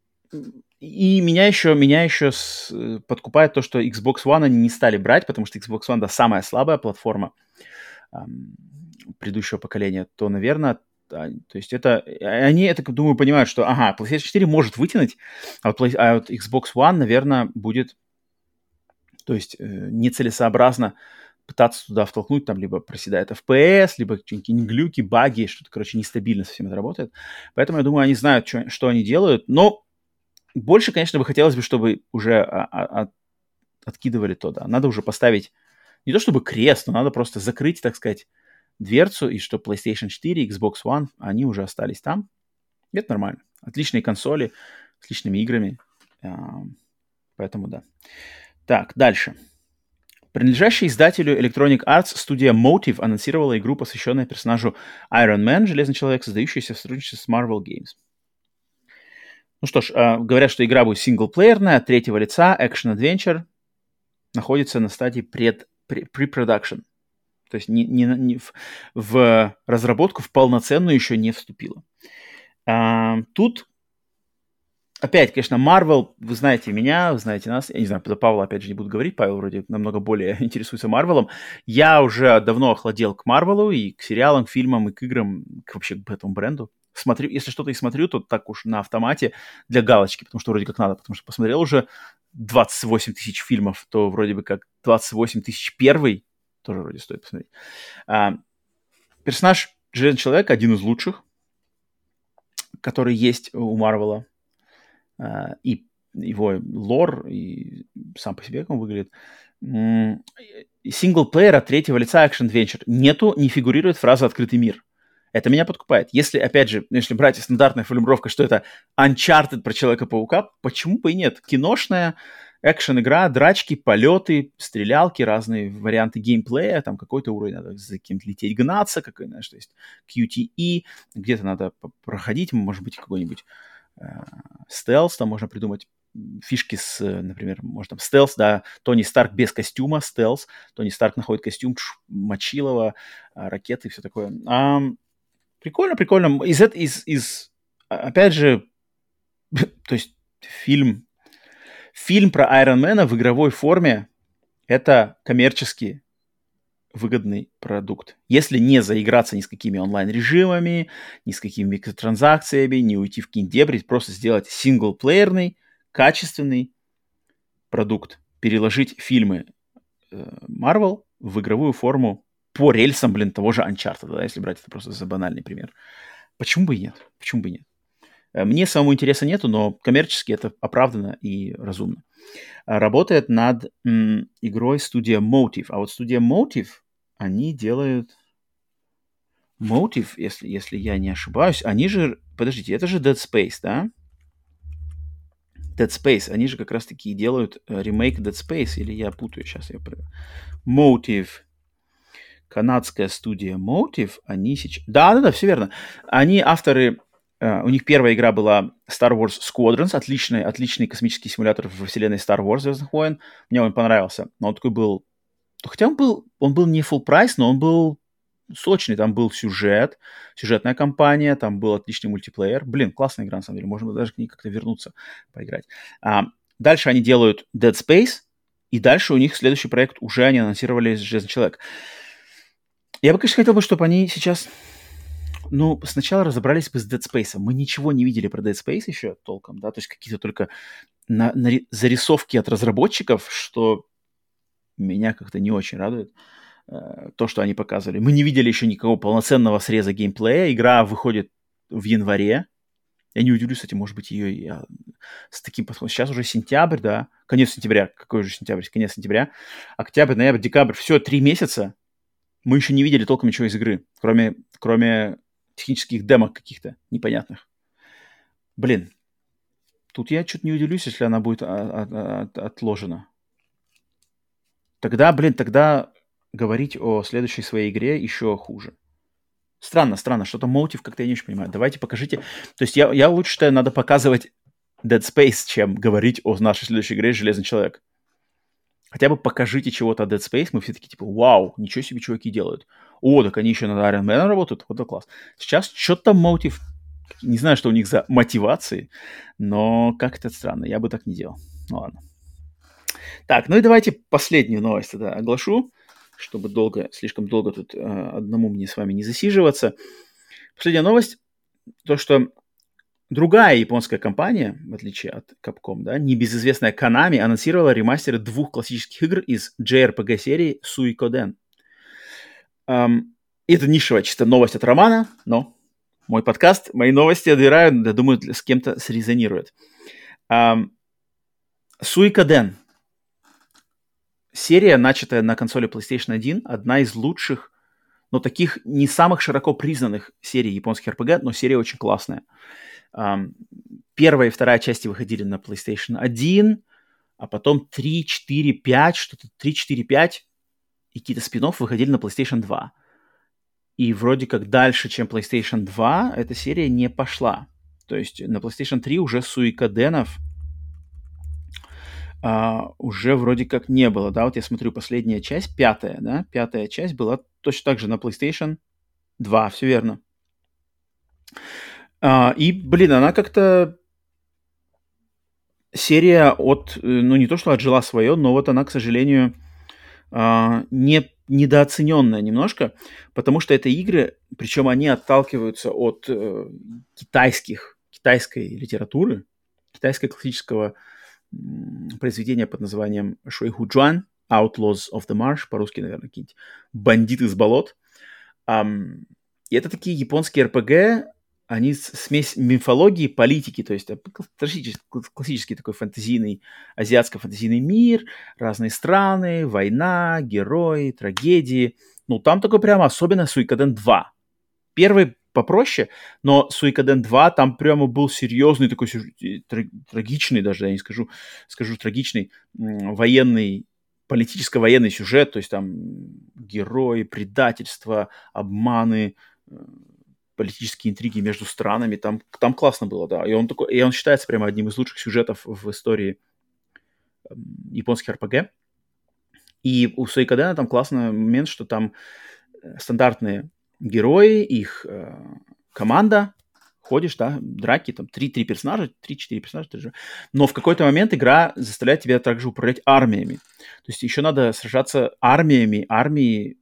Speaker 1: и меня еще подкупает то, что Xbox One они не стали брать, потому что Xbox One, да, самая слабая платформа предыдущего поколения, то, наверное, то есть они это, думаю, понимают, что, PlayStation 4 может вытянуть, а вот Xbox One, наверное, будет, то есть нецелесообразно пытаться туда втолкнуть, там, либо проседает FPS, либо какие-нибудь глюки, баги, что-то, короче, нестабильно совсем это работает. Поэтому, я думаю, они знают, что они делают, но больше, конечно, бы хотелось бы, чтобы уже откидывали то, да. Надо уже поставить, не то чтобы крест, но надо просто закрыть, так сказать, дверцу, и что PlayStation 4, Xbox One, они уже остались там. И это нормально. Отличные консоли, с отличными играми. Поэтому да. Так, дальше. Принадлежащая издателю Electronic Arts студия Motive анонсировала игру, посвященную персонажу Iron Man, Железный Человек, создающийся в сотрудничестве с Marvel Games. Ну что ж, говорят, что игра будет синглплеерная, от третьего лица, экшен-адвенчер, находится на стадии pre-production. То есть в разработку, в полноценную еще не вступила. Тут опять, конечно, Marvel, вы знаете меня, вы знаете нас, я не знаю, про Павла опять же не буду говорить, Павел вроде намного более интересуется Марвелом. Я уже давно охладел к Марвелу и к сериалам, к фильмам, и к играм, вообще к этому бренду. Смотрю, если что-то и смотрю, то так уж на автомате для галочки, потому что вроде как надо, потому что посмотрел уже 28 тысяч фильмов, то вроде бы как 28 тысяч первый тоже вроде стоит посмотреть. Персонаж Железный Человек один из лучших, который есть у Марвела. И его лор, и сам по себе как он выглядит. Синглплеер от третьего лица экшен-адвенчер. Не фигурирует фраза «открытый мир». Это меня подкупает. Если, опять же, если брать стандартная формулировка, что это Uncharted про Человека-паука, почему бы и нет? Киношная экшен-игра, драчки, полеты, стрелялки, разные варианты геймплея, там какой-то уровень надо за кем-то лететь, гнаться, какой, знаешь, то есть QTE, где-то надо проходить, может быть, какой-нибудь стелс, там можно придумать фишки с, например, может там стелс, да, Тони Старк без костюма, стелс, Тони Старк находит костюм, мочилово, ракеты и все такое. Прикольно. Опять же, то есть фильм про Айронмена в игровой форме — это коммерчески выгодный продукт. Если не заиграться ни с какими онлайн-режимами, ни с какими микротранзакциями, не уйти в какие-нибудь дебри, просто сделать синглплеерный, качественный продукт, переложить фильмы Marvel в игровую форму по рельсам, того же Uncharted, да, если брать это просто за банальный пример. Почему бы и нет? Мне самому интереса нету, но коммерчески это оправдано и разумно. Работает над игрой студия Motive. А вот студия Motive, они делают... Motive, если я не ошибаюсь, они же... Подождите, это же Dead Space, да? Dead Space, они же как раз-таки делают ремейк Dead Space, или я путаю сейчас? Motive, канадская студия Motive, они сейчас... Да, все верно. Они авторы... у них первая игра была Star Wars Squadrons, отличный космический симулятор во вселенной Star Wars Звездных войн. Мне он понравился. Но он такой был... Хотя он был не full прайс, но он был сочный. Там был сюжетная кампания, там был отличный мультиплеер. Блин, классная игра, на самом деле. Можно даже к ней как-то вернуться, поиграть. Дальше они делают Dead Space, и дальше у них следующий проект уже они анонсировали «Железный человек». Я бы, конечно, хотел бы, чтобы они сейчас... сначала разобрались бы с Dead Space. Мы ничего не видели про Dead Space еще толком, да, то есть какие-то только зарисовки от разработчиков, что меня как-то не очень радует. То, что они показывали. Мы не видели еще никакого полноценного среза геймплея. Игра выходит в январе. Я не удивлюсь, кстати, может быть, ее с таким подходом. Сейчас уже сентябрь, да? Конец сентября. Какой же сентябрь? Конец сентября. Октябрь, ноябрь, декабрь. Все, 3 месяца. Мы еще не видели толком ничего из игры, кроме технических демок каких-то непонятных. Блин. Тут я что-то не удивлюсь, если она будет отложена. Тогда говорить о следующей своей игре еще хуже. Странно, что-то Motive как-то я не очень понимаю. Давайте покажите. То есть я лучше считаю, надо показывать Dead Space, чем говорить о нашей следующей игре «Железный человек». Хотя бы покажите чего-то от Dead Space, мы все таки типа, вау, ничего себе чуваки делают. О, так они еще над Iron Man работают, вот это класс. Сейчас что-то Motive, не знаю, что у них за мотивации, но как-то странно, я бы так не делал. Ну ладно. Так, и давайте последнюю новость тогда оглашу, чтобы слишком долго тут одному мне с вами не засиживаться. Последняя новость, то, что другая японская компания, в отличие от Capcom, да, небезызвестная Konami, анонсировала ремастеры 2 классических игр из JRPG-серии Suikoden. Это нишевая чисто новость от Романа, но мой подкаст, мои новости отбираю, я думаю, с кем-то срезонирует. Suikoden. Серия, начатая на консоли PlayStation 1, одна из лучших, но таких не самых широко признанных серий японских RPG, но серия очень классная. Первая и вторая части выходили на PlayStation 1, а потом 3, 4, 5, что-то 3, 4, 5 и какие-то спин-офф выходили на PlayStation 2. И вроде как дальше, чем PlayStation 2, эта серия не пошла. То есть на PlayStation 3 уже Суикоденов уже вроде как не было, да, вот я смотрю, последняя часть, пятая часть была точно так же на PlayStation 2, все верно. И, блин, она как-то серия не то что отжила свое, но вот она, к сожалению, недооцененная немножко, потому что это игры, причем они отталкиваются от китайской литературы, китайского классического произведения под названием Шуэйхуджуан, Outlaws of the Marsh, по-русски, наверное, какие-нибудь бандиты с болот. И это такие японские РПГ, они смесь мифологии, политики, то есть классический такой фэнтезийный, азиатско-фэнтезийный мир, разные страны, война, герои, трагедии. Там такой прямо особенно Суикоден 2. Первый попроще, но Суикоден 2 там прямо был серьезный такой трагичный даже, я не скажу трагичный военный, политическо-военный сюжет, то есть там герои, предательство, обманы, политические интриги между странами, там классно было, да, и он считается прямо одним из лучших сюжетов в истории японских РПГ. И у Суикодена там классный момент, что там стандартные герои, их команда, ходишь, да, драки, там 3-4 персонажа, но в какой-то момент игра заставляет тебя также управлять армиями. То есть еще надо сражаться армии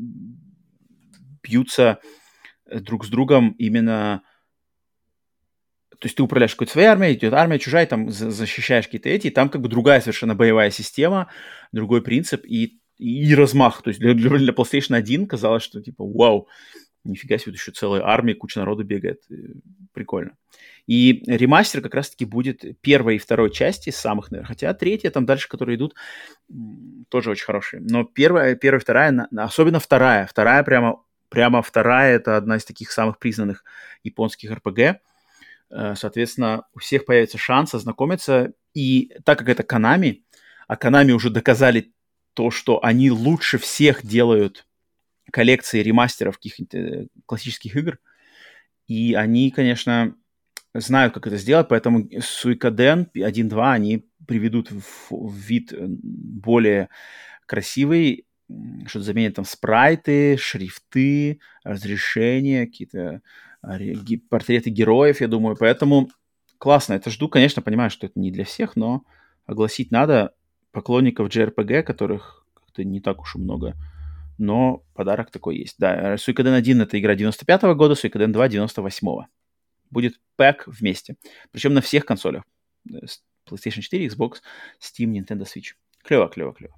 Speaker 1: бьются друг с другом именно... То есть ты управляешь какой-то своей армией, идет армия чужая, там защищаешь какие-то и там как бы другая совершенно боевая система, другой принцип и размах. То есть для PlayStation 1 казалось, что типа вау, Нифига себе, тут еще целая армия, куча народу бегает. Прикольно. И ремастер как раз-таки будет первой и второй части, самых, наверное. Хотя третья, там дальше, которые идут, тоже очень хорошие. Но первая, вторая, особенно вторая. Вторая прямо вторая, это одна из таких самых признанных японских РПГ. Соответственно, у всех появится шанс ознакомиться. И так как это Konami, а Konami уже доказали то, что они лучше всех делают коллекции ремастеров каких-нибудь классических игр. И они, конечно, знают, как это сделать, поэтому Suikoden 1.2 они приведут в вид более красивый, что-то заменят там спрайты, шрифты, разрешения, какие-то портреты героев, я думаю. Поэтому классно. Это жду, конечно, понимаю, что это не для всех, но огласить надо поклонников JRPG, которых как-то не так уж и много. Но подарок такой есть. Да, Suikoden 1 это игра 95-го года, Suikoden 2 98-го. Будет пэк вместе. Причем на всех консолях. PlayStation 4, Xbox, Steam, Nintendo Switch. Клево.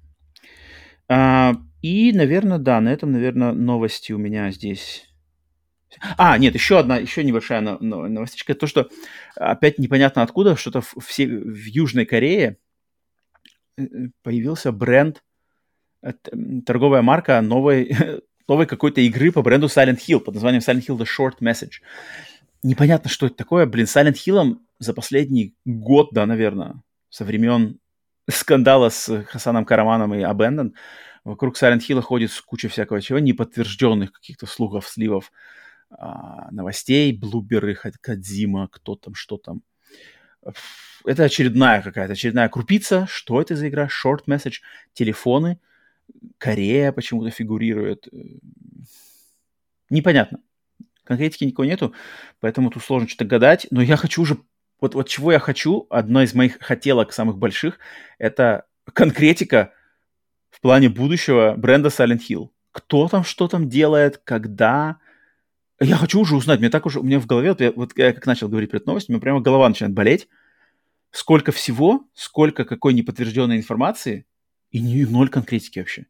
Speaker 1: И, наверное, да, на этом, наверное, новости у меня здесь... Нет, еще небольшая новостичка. То, что опять непонятно откуда, что-то в Южной Корее появился бренд, торговая марка новой какой-то игры по бренду Silent Hill под названием Silent Hill The Short Message. Непонятно, что это такое. Silent Hill'ом за последний год, да, наверное, со времен скандала с Хасаном Караманом и Abandon, вокруг Silent Hill'а ходит куча всякого чего, неподтвержденных каких-то слухов, сливов, новостей, блуберы, Кодзима, кто там, что там. Это очередная крупица. Что это за игра? Short Message, телефоны. Корея почему-то фигурирует. Непонятно. Конкретики никого нету, поэтому тут сложно что-то гадать. Но я хочу уже... Вот чего я хочу, одна из моих хотелок самых больших, это конкретика в плане будущего бренда Silent Hill. Кто там, что там делает, когда... Я хочу уже узнать. У меня в голове, я как начал говорить перед новостью, у меня прямо голова начинает болеть. Сколько всего, сколько какой неподтвержденной информации, и ноль конкретики вообще.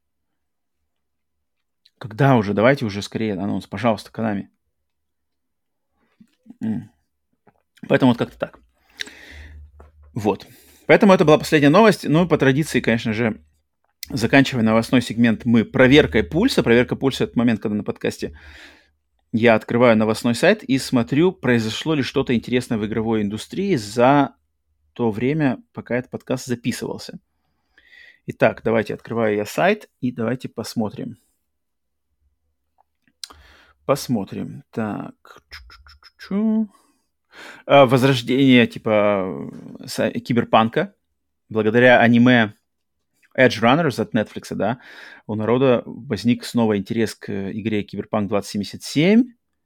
Speaker 1: Когда уже? Давайте уже скорее анонс. Пожалуйста, Konami. Поэтому вот как-то так. Вот. Поэтому это была последняя новость. Ну, по традиции, конечно же, заканчивая новостной сегмент, мы проверкой пульса. Проверка пульса — это момент, когда на подкасте я открываю новостной сайт и смотрю, произошло ли что-то интересное в игровой индустрии за то время, пока этот подкаст записывался. Итак, давайте открываю я сайт и давайте посмотрим. Так. Возрождение типа киберпанка. Благодаря аниме Edge Runners от Netflix, да, у народа возник снова интерес к игре Cyberpunk 2077.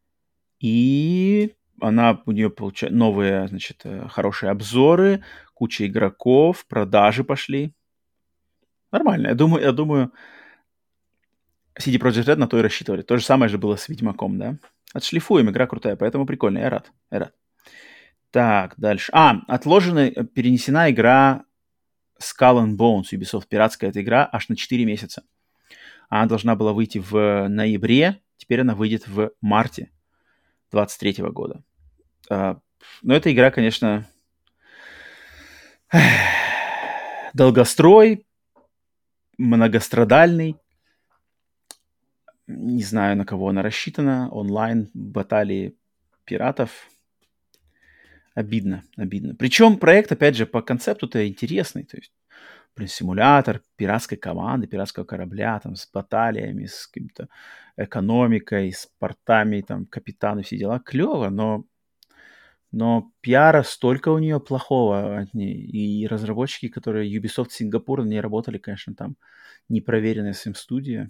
Speaker 1: И у нее получает новые, значит, хорошие обзоры, куча игроков, продажи пошли. Нормально. Я думаю, CD Projekt Red на то и рассчитывали. То же самое же было с Ведьмаком, да? Отшлифуем, игра крутая, поэтому прикольно, я рад. Так, дальше. Перенесена игра Skull and Bones, Ubisoft, пиратская эта игра, аж на 4 месяца. Она должна была выйти в ноябре, теперь она выйдет в марте 2023 года. Но эта игра, конечно, долгострой, многострадальный. Не знаю, на кого она рассчитана. Онлайн, баталии пиратов. Обидно. Причем проект, опять же, по концепту-то интересный. То есть, симулятор пиратской команды, пиратского корабля, там, с баталиями, с каким-то экономикой, с портами, там, капитаны, все дела. Клево, но пиара столько у нее плохого от ней. И разработчики, которые Ubisoft Сингапур, на ней работали, конечно, там непроверенная своим студия.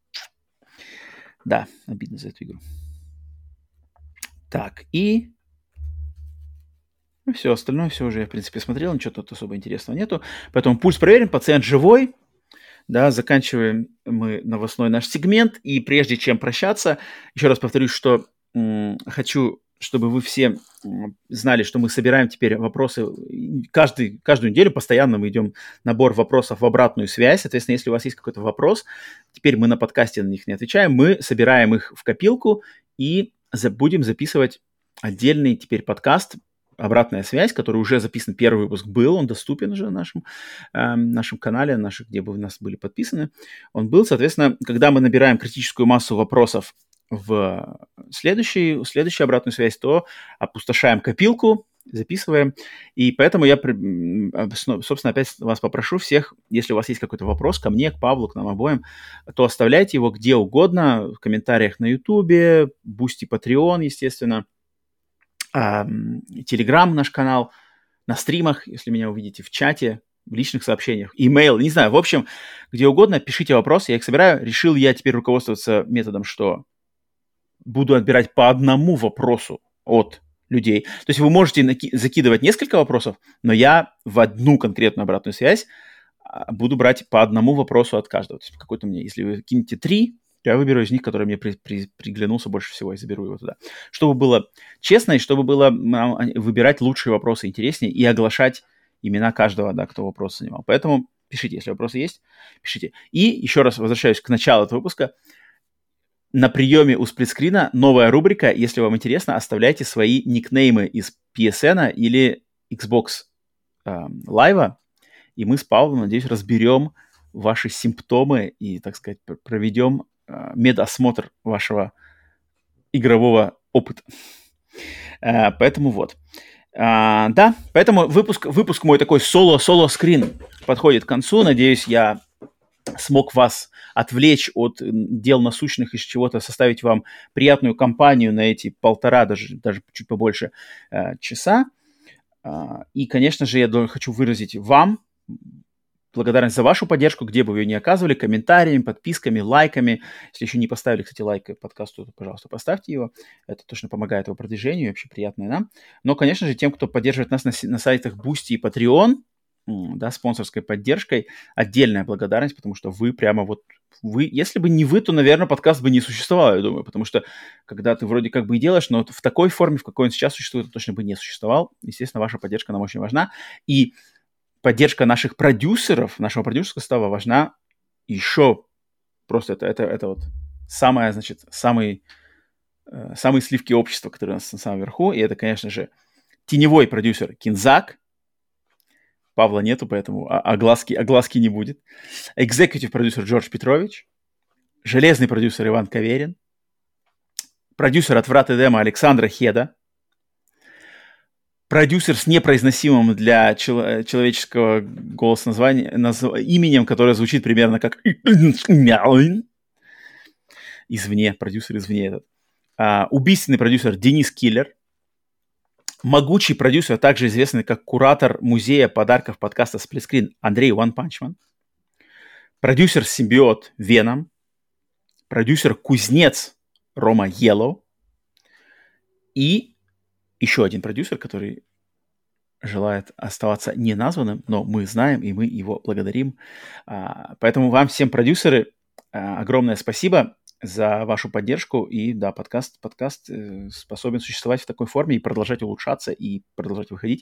Speaker 1: Да, обидно за эту игру. Так, и все остальное, все уже я, в принципе, смотрел, ничего тут особо интересного нету. Поэтому пульс проверен, пациент живой. Да, заканчиваем мы новостной наш сегмент. И прежде чем прощаться, еще раз повторюсь, что хочу чтобы вы все знали, что мы собираем теперь вопросы каждую неделю, постоянно мы идем набор вопросов в обратную связь. Соответственно, если у вас есть какой-то вопрос, теперь мы на подкасте на них не отвечаем, мы собираем их в копилку и будем записывать отдельный теперь подкаст «Обратная связь», который уже записан, первый выпуск был, он доступен уже на нашем канале, где бы у нас были подписаны. Он был, соответственно, когда мы набираем критическую массу вопросов в следующую обратную связь, то опустошаем копилку, записываем. И поэтому я, собственно, опять вас попрошу всех, если у вас есть какой-то вопрос ко мне, к Павлу, к нам обоим, то оставляйте его где угодно, в комментариях на YouTube, Boosty, Patreon, естественно, Telegram наш канал, на стримах, если меня увидите, в чате, в личных сообщениях, имейл, не знаю, в общем, где угодно, пишите вопросы, я их собираю. Решил я теперь руководствоваться методом, что буду отбирать по одному вопросу от людей. То есть вы можете закидывать несколько вопросов, но я в одну конкретную обратную связь буду брать по одному вопросу от каждого. То есть какой-то мне, если вы кинете 3, то я выберу из них, который мне приглянулся больше всего, и заберу его туда. Чтобы было честно, и чтобы было выбирать лучшие вопросы интереснее и оглашать имена каждого, да, кто вопрос занимал. Поэтому пишите, если вопросы есть, пишите. И еще раз возвращаюсь к началу этого выпуска. На приеме у сплитскрина новая рубрика. Если вам интересно, оставляйте свои никнеймы из PSN или Xbox Live, и мы с Павлом, надеюсь, разберем ваши симптомы и, так сказать, проведем медосмотр вашего игрового опыта. Поэтому вот. Да, поэтому выпуск мой такой соло-скрин подходит к концу. Надеюсь, я смог вас отвлечь от дел насущных, из чего-то составить вам приятную компанию на эти 1,5, даже чуть побольше часа. И, конечно же, я хочу выразить вам благодарность за вашу поддержку, где бы вы ее ни оказывали, комментариями, подписками, лайками. Если еще не поставили, кстати, лайк подкасту, то, пожалуйста, поставьте его. Это точно помогает его продвижению, и вообще приятно нам. Но, конечно же, тем, кто поддерживает нас на сайтах Boosty и Patreon, да, спонсорской поддержкой, отдельная благодарность, потому что вы прямо вот, если бы не вы, то, наверное, подкаст бы не существовал, я думаю, потому что когда ты вроде как бы и делаешь, но в такой форме, в какой он сейчас существует, он точно бы не существовал. Естественно, ваша поддержка нам очень важна. И поддержка наших продюсеров, нашего продюсерского состава важна еще просто это вот самое, значит, самые сливки общества, которые у нас на самом верху. И это, конечно же, теневой продюсер Кинзак. Павла нету, поэтому огласки не будет. Экзекутив продюсер Джордж Петрович. Железный продюсер Иван Каверин. Продюсер от Врат Эдема Александра Хеда. Продюсер с непроизносимым для человеческого голоса именем, которое звучит примерно как извне, продюсер извне этот. Убийственный продюсер Денис Киллер. Могучий продюсер, также известный как куратор музея подарков подкаста «Сплитскрин» Андрей One Punch Man. Продюсер-симбиот Веном. Продюсер-кузнец Рома Yellow. И еще один продюсер, который желает оставаться неназванным, но мы знаем, и мы его благодарим. Поэтому вам всем, продюсеры, огромное спасибо за вашу поддержку. И да, подкаст способен существовать в такой форме и продолжать улучшаться, и продолжать выходить.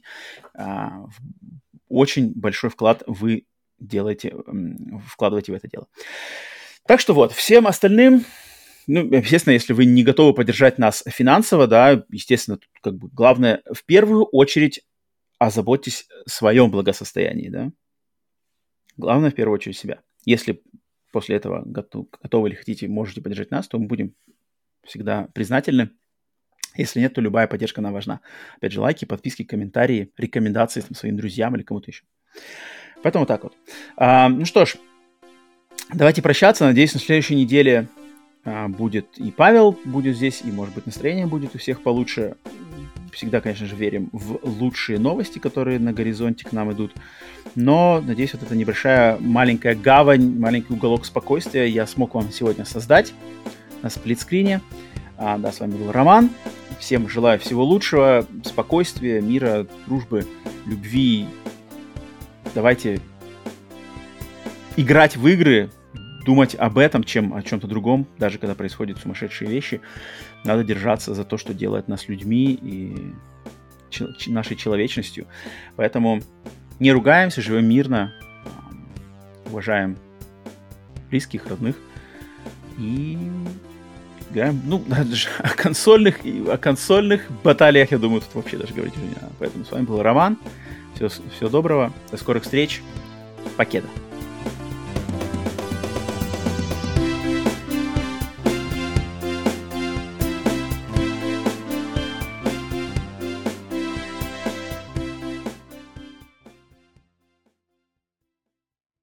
Speaker 1: Очень большой вклад вы вкладываете в это дело. Так что вот, всем остальным... Ну, естественно, если вы не готовы поддержать нас финансово, да, естественно, тут как бы главное, в первую очередь, озаботьтесь о своем благосостоянии, да. Главное, в первую очередь, себя. Если после этого готовы или хотите, можете поддержать нас, то мы будем всегда признательны. Если нет, то любая поддержка нам важна. Опять же, лайки, подписки, комментарии, рекомендации своим друзьям или кому-то еще. Поэтому так вот. Ну что ж, давайте прощаться. Надеюсь, на следующей неделе... будет и Павел будет здесь, и, может быть, настроение будет у всех получше. Всегда, конечно же, верим в лучшие новости, которые на горизонте к нам идут. Но, надеюсь, вот эта небольшая маленькая гавань, маленький уголок спокойствия я смог вам сегодня создать на сплитскрине. Да, с вами был Роман. Всем желаю всего лучшего, спокойствия, мира, дружбы, любви. Давайте играть в игры, думать об этом, чем о чем-то другом, даже когда происходят сумасшедшие вещи. Надо держаться за то, что делает нас людьми и нашей человечностью. Поэтому не ругаемся, живем мирно, уважаем близких, родных и играем, ну, даже о консольных баталиях, я думаю, тут вообще даже говорить уже не надо. Поэтому с вами был Роман. Всего доброго, до скорых встреч. Покеда.